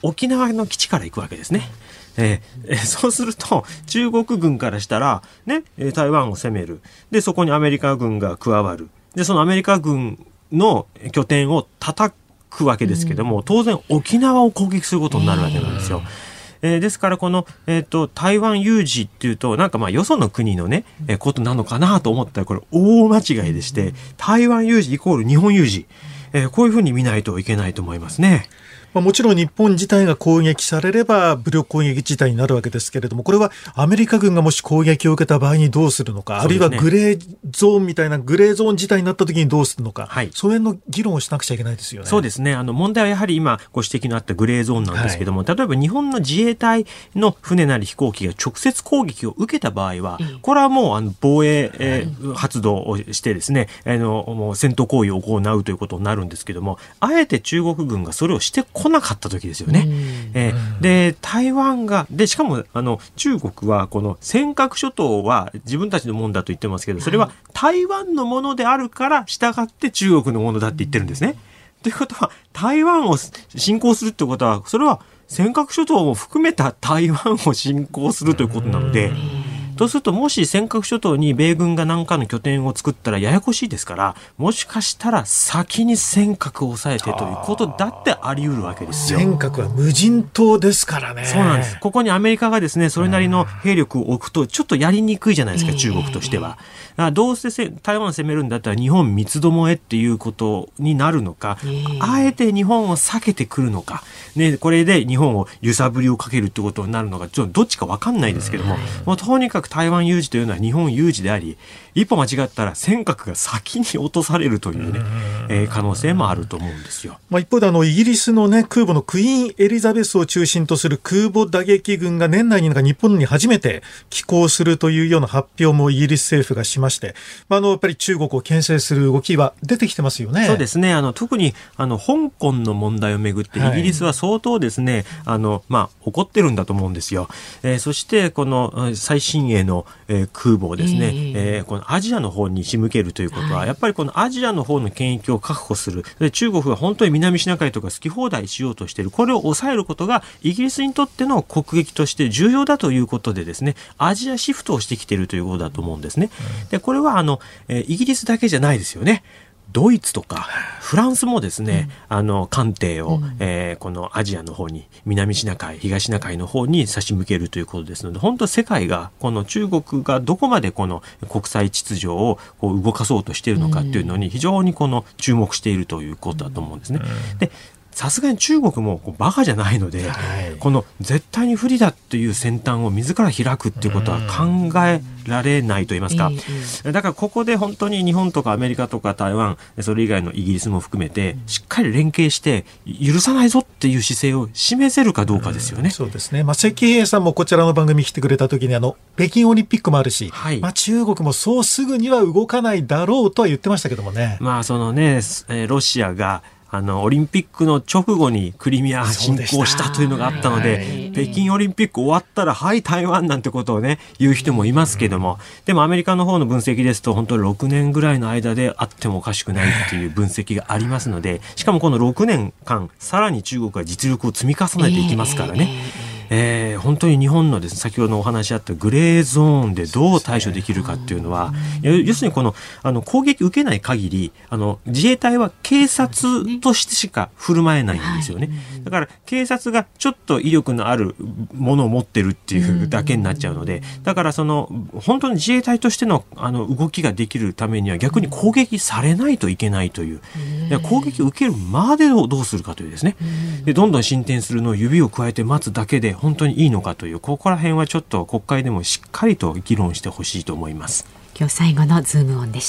沖縄の基地から行くわけですね。えー、そうすると中国軍からしたら、ね、台湾を攻める。でそこにアメリカ軍が加わる。でそのアメリカ軍の拠点を叩くわけですけども、当然沖縄を攻撃することになるわけなんですよ。えー、ですからこの、えーと、台湾有事っていうとなんかまあよその国のね、えー、ことなのかなと思ったらこれ大間違いでして、台湾有事イコール日本有事、えー、こういうふうに見ないといけないと思いますね。 まあ、もちろん日本自体が攻撃されれば武力攻撃自体になるわけですけれども、これはアメリカ軍がもし攻撃を受けた場合にどうするのか、あるいはグレーゾーンみたいなグレーゾーン自体になった時にどうするのか、はい、そういうの議論をしなくちゃいけないですよね。 そうですね。あの問題はやはり今ご指摘のあったグレーゾーンなんですけども、はい、例えば日本の自衛隊の船なり飛行機が直接攻撃を受けた場合は、これはもうあの防衛、えー、発動をしてですね、あのもう戦闘行為を行うということになるんですけども、あえて中国軍がそれをしてこなかった時ですよね。えー、で台湾がでしかもあの中国はこの尖閣諸島は自分たちのものだと言ってますけど、それは台湾のものであるから従って中国のものだって言ってるんですね。ということは台湾を侵攻するってことはそれは尖閣諸島も含めた台湾を侵攻するということなので、とするともし尖閣諸島に米軍が何かの拠点を作ったらややこしいですから、もしかしたら先に尖閣を抑えてということだってあり得るわけですよ。 尖閣は無人島ですからね。 そうなんです。ここにアメリカがですねそれなりの兵力を置くとちょっとやりにくいじゃないですか、中国としては。どうせ台湾を攻めるんだったら日本三つどもえっていうことになるのか、あえて日本を避けてくるのか、ね、これで日本を揺さぶりをかけるってことになるのか、ちょっとどっちか分かんないですけども、もうとにかく台湾有事というのは日本有事であり、一歩間違ったら尖閣が先に落とされるというね、えー、可能性もあると思うんですよ。 まあ、一方であのイギリスの、ね、空母のクイーンエリザベスを中心とする空母打撃群が年内になんか日本に初めて寄港するというような発表もイギリス政府がしまして、まあ、あのやっぱり中国を牽制する動きは出てきてますよね。 そうですね。あの特にあの香港の問題をめぐってイギリスは相当ですね、はい、あのまあ、怒ってるんだと思うんですよ。えー、そしてこの最新鋭の、えー、空母をですね、えーえー、このアジアの方に仕向けるということは、はい、やっぱりこのアジアの方の権益を確保する。で中国が本当に南シナ海とか好き放題しようとしている、これを抑えることがイギリスにとっての国益として重要だということでですね、アジアシフトをしてきているということだと思うんですね。でこれはあの、えー、イギリスだけじゃないですよね。ドイツとかフランスもですね、うん、あの艦艇を、うんえー、このアジアの方に、南シナ海、東シナ海の方に差し向けるということですので、本当世界がこの中国がどこまでこの国際秩序をこう動かそうとしているのかっていうのに非常にこの注目しているということだと思うんですね。うん、でさすがに中国もバカじゃないので、はい、この絶対に不利だという先端を自ら開くっていうことは考えられないと言いますか、うん、だからここで本当に日本とかアメリカとか台湾、それ以外のイギリスも含めてしっかり連携して許さないぞっていう姿勢を示せるかどうかですよね。 うん、そうですね。まあ、関平さんもこちらの番組来てくれた時にあの北京オリンピックもあるし、はい、まあ、中国もそうすぐには動かないだろうとは言ってましたけどもね。 まあそのね、ロシアがあのオリンピックの直後にクリミア侵攻したというのがあったので、はい、北京オリンピック終わったらはい台湾なんてことをね言う人もいますけども、でもアメリカの方の分析ですと本当にろくねんぐらいの間であってもおかしくないっていう分析がありますので、しかもこのろくねんかんさらに中国は実力を積み重ねていきますからね、えー、本当に日本のですね、先ほどのお話あったグレーゾーンでどう対処できるかっていうのは、要するにこのあの攻撃受けない限りあの自衛隊は警察としてしか振る舞えないんですよね。だから警察がちょっと威力のあるものを持ってるっていうだけになっちゃうので、だからその本当に自衛隊としてのあの動きができるためには逆に攻撃されないといけないという、攻撃を受けるまでをどうするかというですね、でどんどん進展するのを指を加えて待つだけで本当にいいのかという、ここら辺はちょっと国会でもしっかりと議論してほしいと思います。 今日最後のズームオンでした。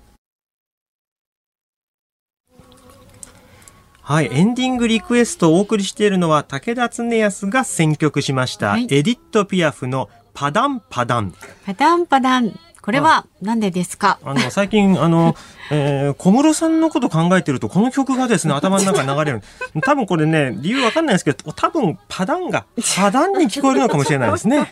はい、エンディングリクエストをお送りしているのは武田恒康が選曲しました、はい、エディット・ピアフのパダンパダン。 パダンパダン、これはなんでですか？ あの最近あの、えー、小室さんのこと考えてるとこの曲がですね頭の中に流れる。多分これね理由わかんないですけど、多分パダンがパダンに聞こえるのかもしれないですね。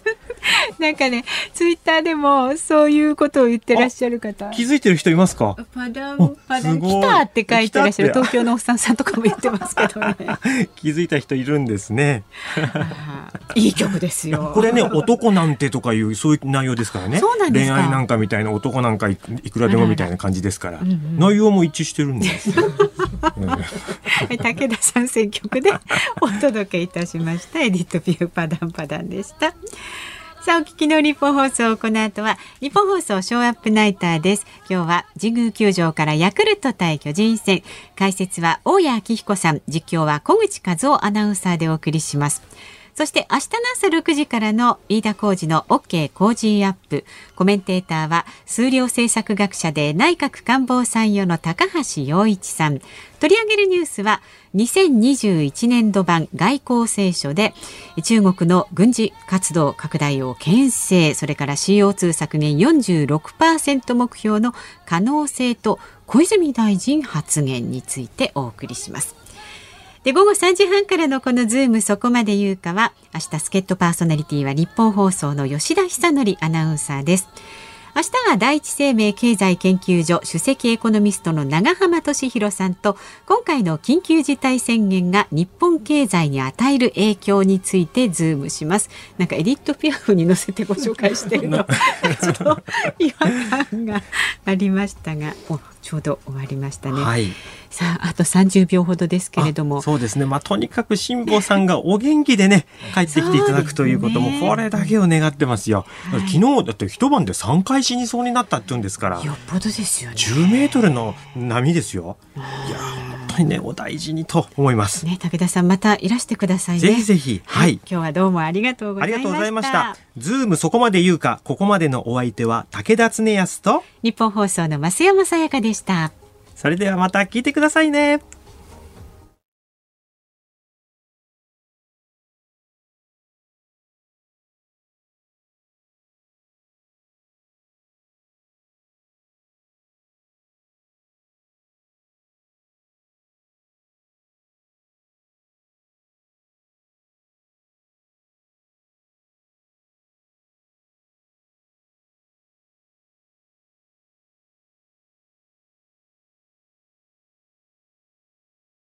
なんかねツイッターでもそういうことを言ってらっしゃる方、 気づいてる人いますか？ パダンパダン来たって書いてらっしゃる東京のおっさんさんとかも言ってますけどね気づいた人いるんですね。 いい曲ですよ。 これね、男なんてとかいうそういう内容ですからね。 そうなんですか。 恋愛なんかみたいな、男なんかいくらでもみたいな感じですから、うんうん、内容も一致してるんですよ武田さん選曲でお届けいたしましたエディット・ピューパダンパダンでした。さあお聞きの日本放送、この後は日本放送ショーアップナイターです。今日は神宮球場からヤクルト対巨人戦、解説は大谷昭彦さん、実況は小口和夫アナウンサーでお送りします。そして明日の朝ろくじからの飯田浩司の OK 工事アップ、コメンテーターは数量政策学者で内閣官房参与の高橋洋一さん。取り上げるニュースはにせんにじゅういちねんど版外交青書で中国の軍事活動拡大を牽制、それから シーオーツー 削減 よんじゅうろくパーセント 目標の可能性と小泉大臣発言についてお送りします。で午後さんじはんからのこのズームそこまで言うかは、明日助っ人パーソナリティは日本放送の吉田久典アナウンサーです。明日は第一生命経済研究所首席エコノミストの長浜俊弘さんと、今回の緊急事態宣言が日本経済に与える影響についてズームします。なんかエディット・ピアフに乗せてご紹介しているのちょっと違和感がありましたが、おちょうど終わりましたね。はい、さああとさんじゅうびょうほどですけれども、 そうですね、まあ、とにかく辛坊さんがお元気でね帰ってきていただくということも、これだけを願ってますよ。はい、昨日だって一晩でさんかい死にそうになったって言うんですから、 よっぽどですよね。 じゅうメートルの波ですよ。いや本当にねお大事にと思います、 ね、武田さんまたいらしてくださいね。 ぜひぜひ、はい、 今日はどうもありがとうございました。 ありがとうございました。ズームそこまで言うか。ここまでのお相手は武田恒康と日本放送の増山さやかでした。 それではまた聞いてくださいね。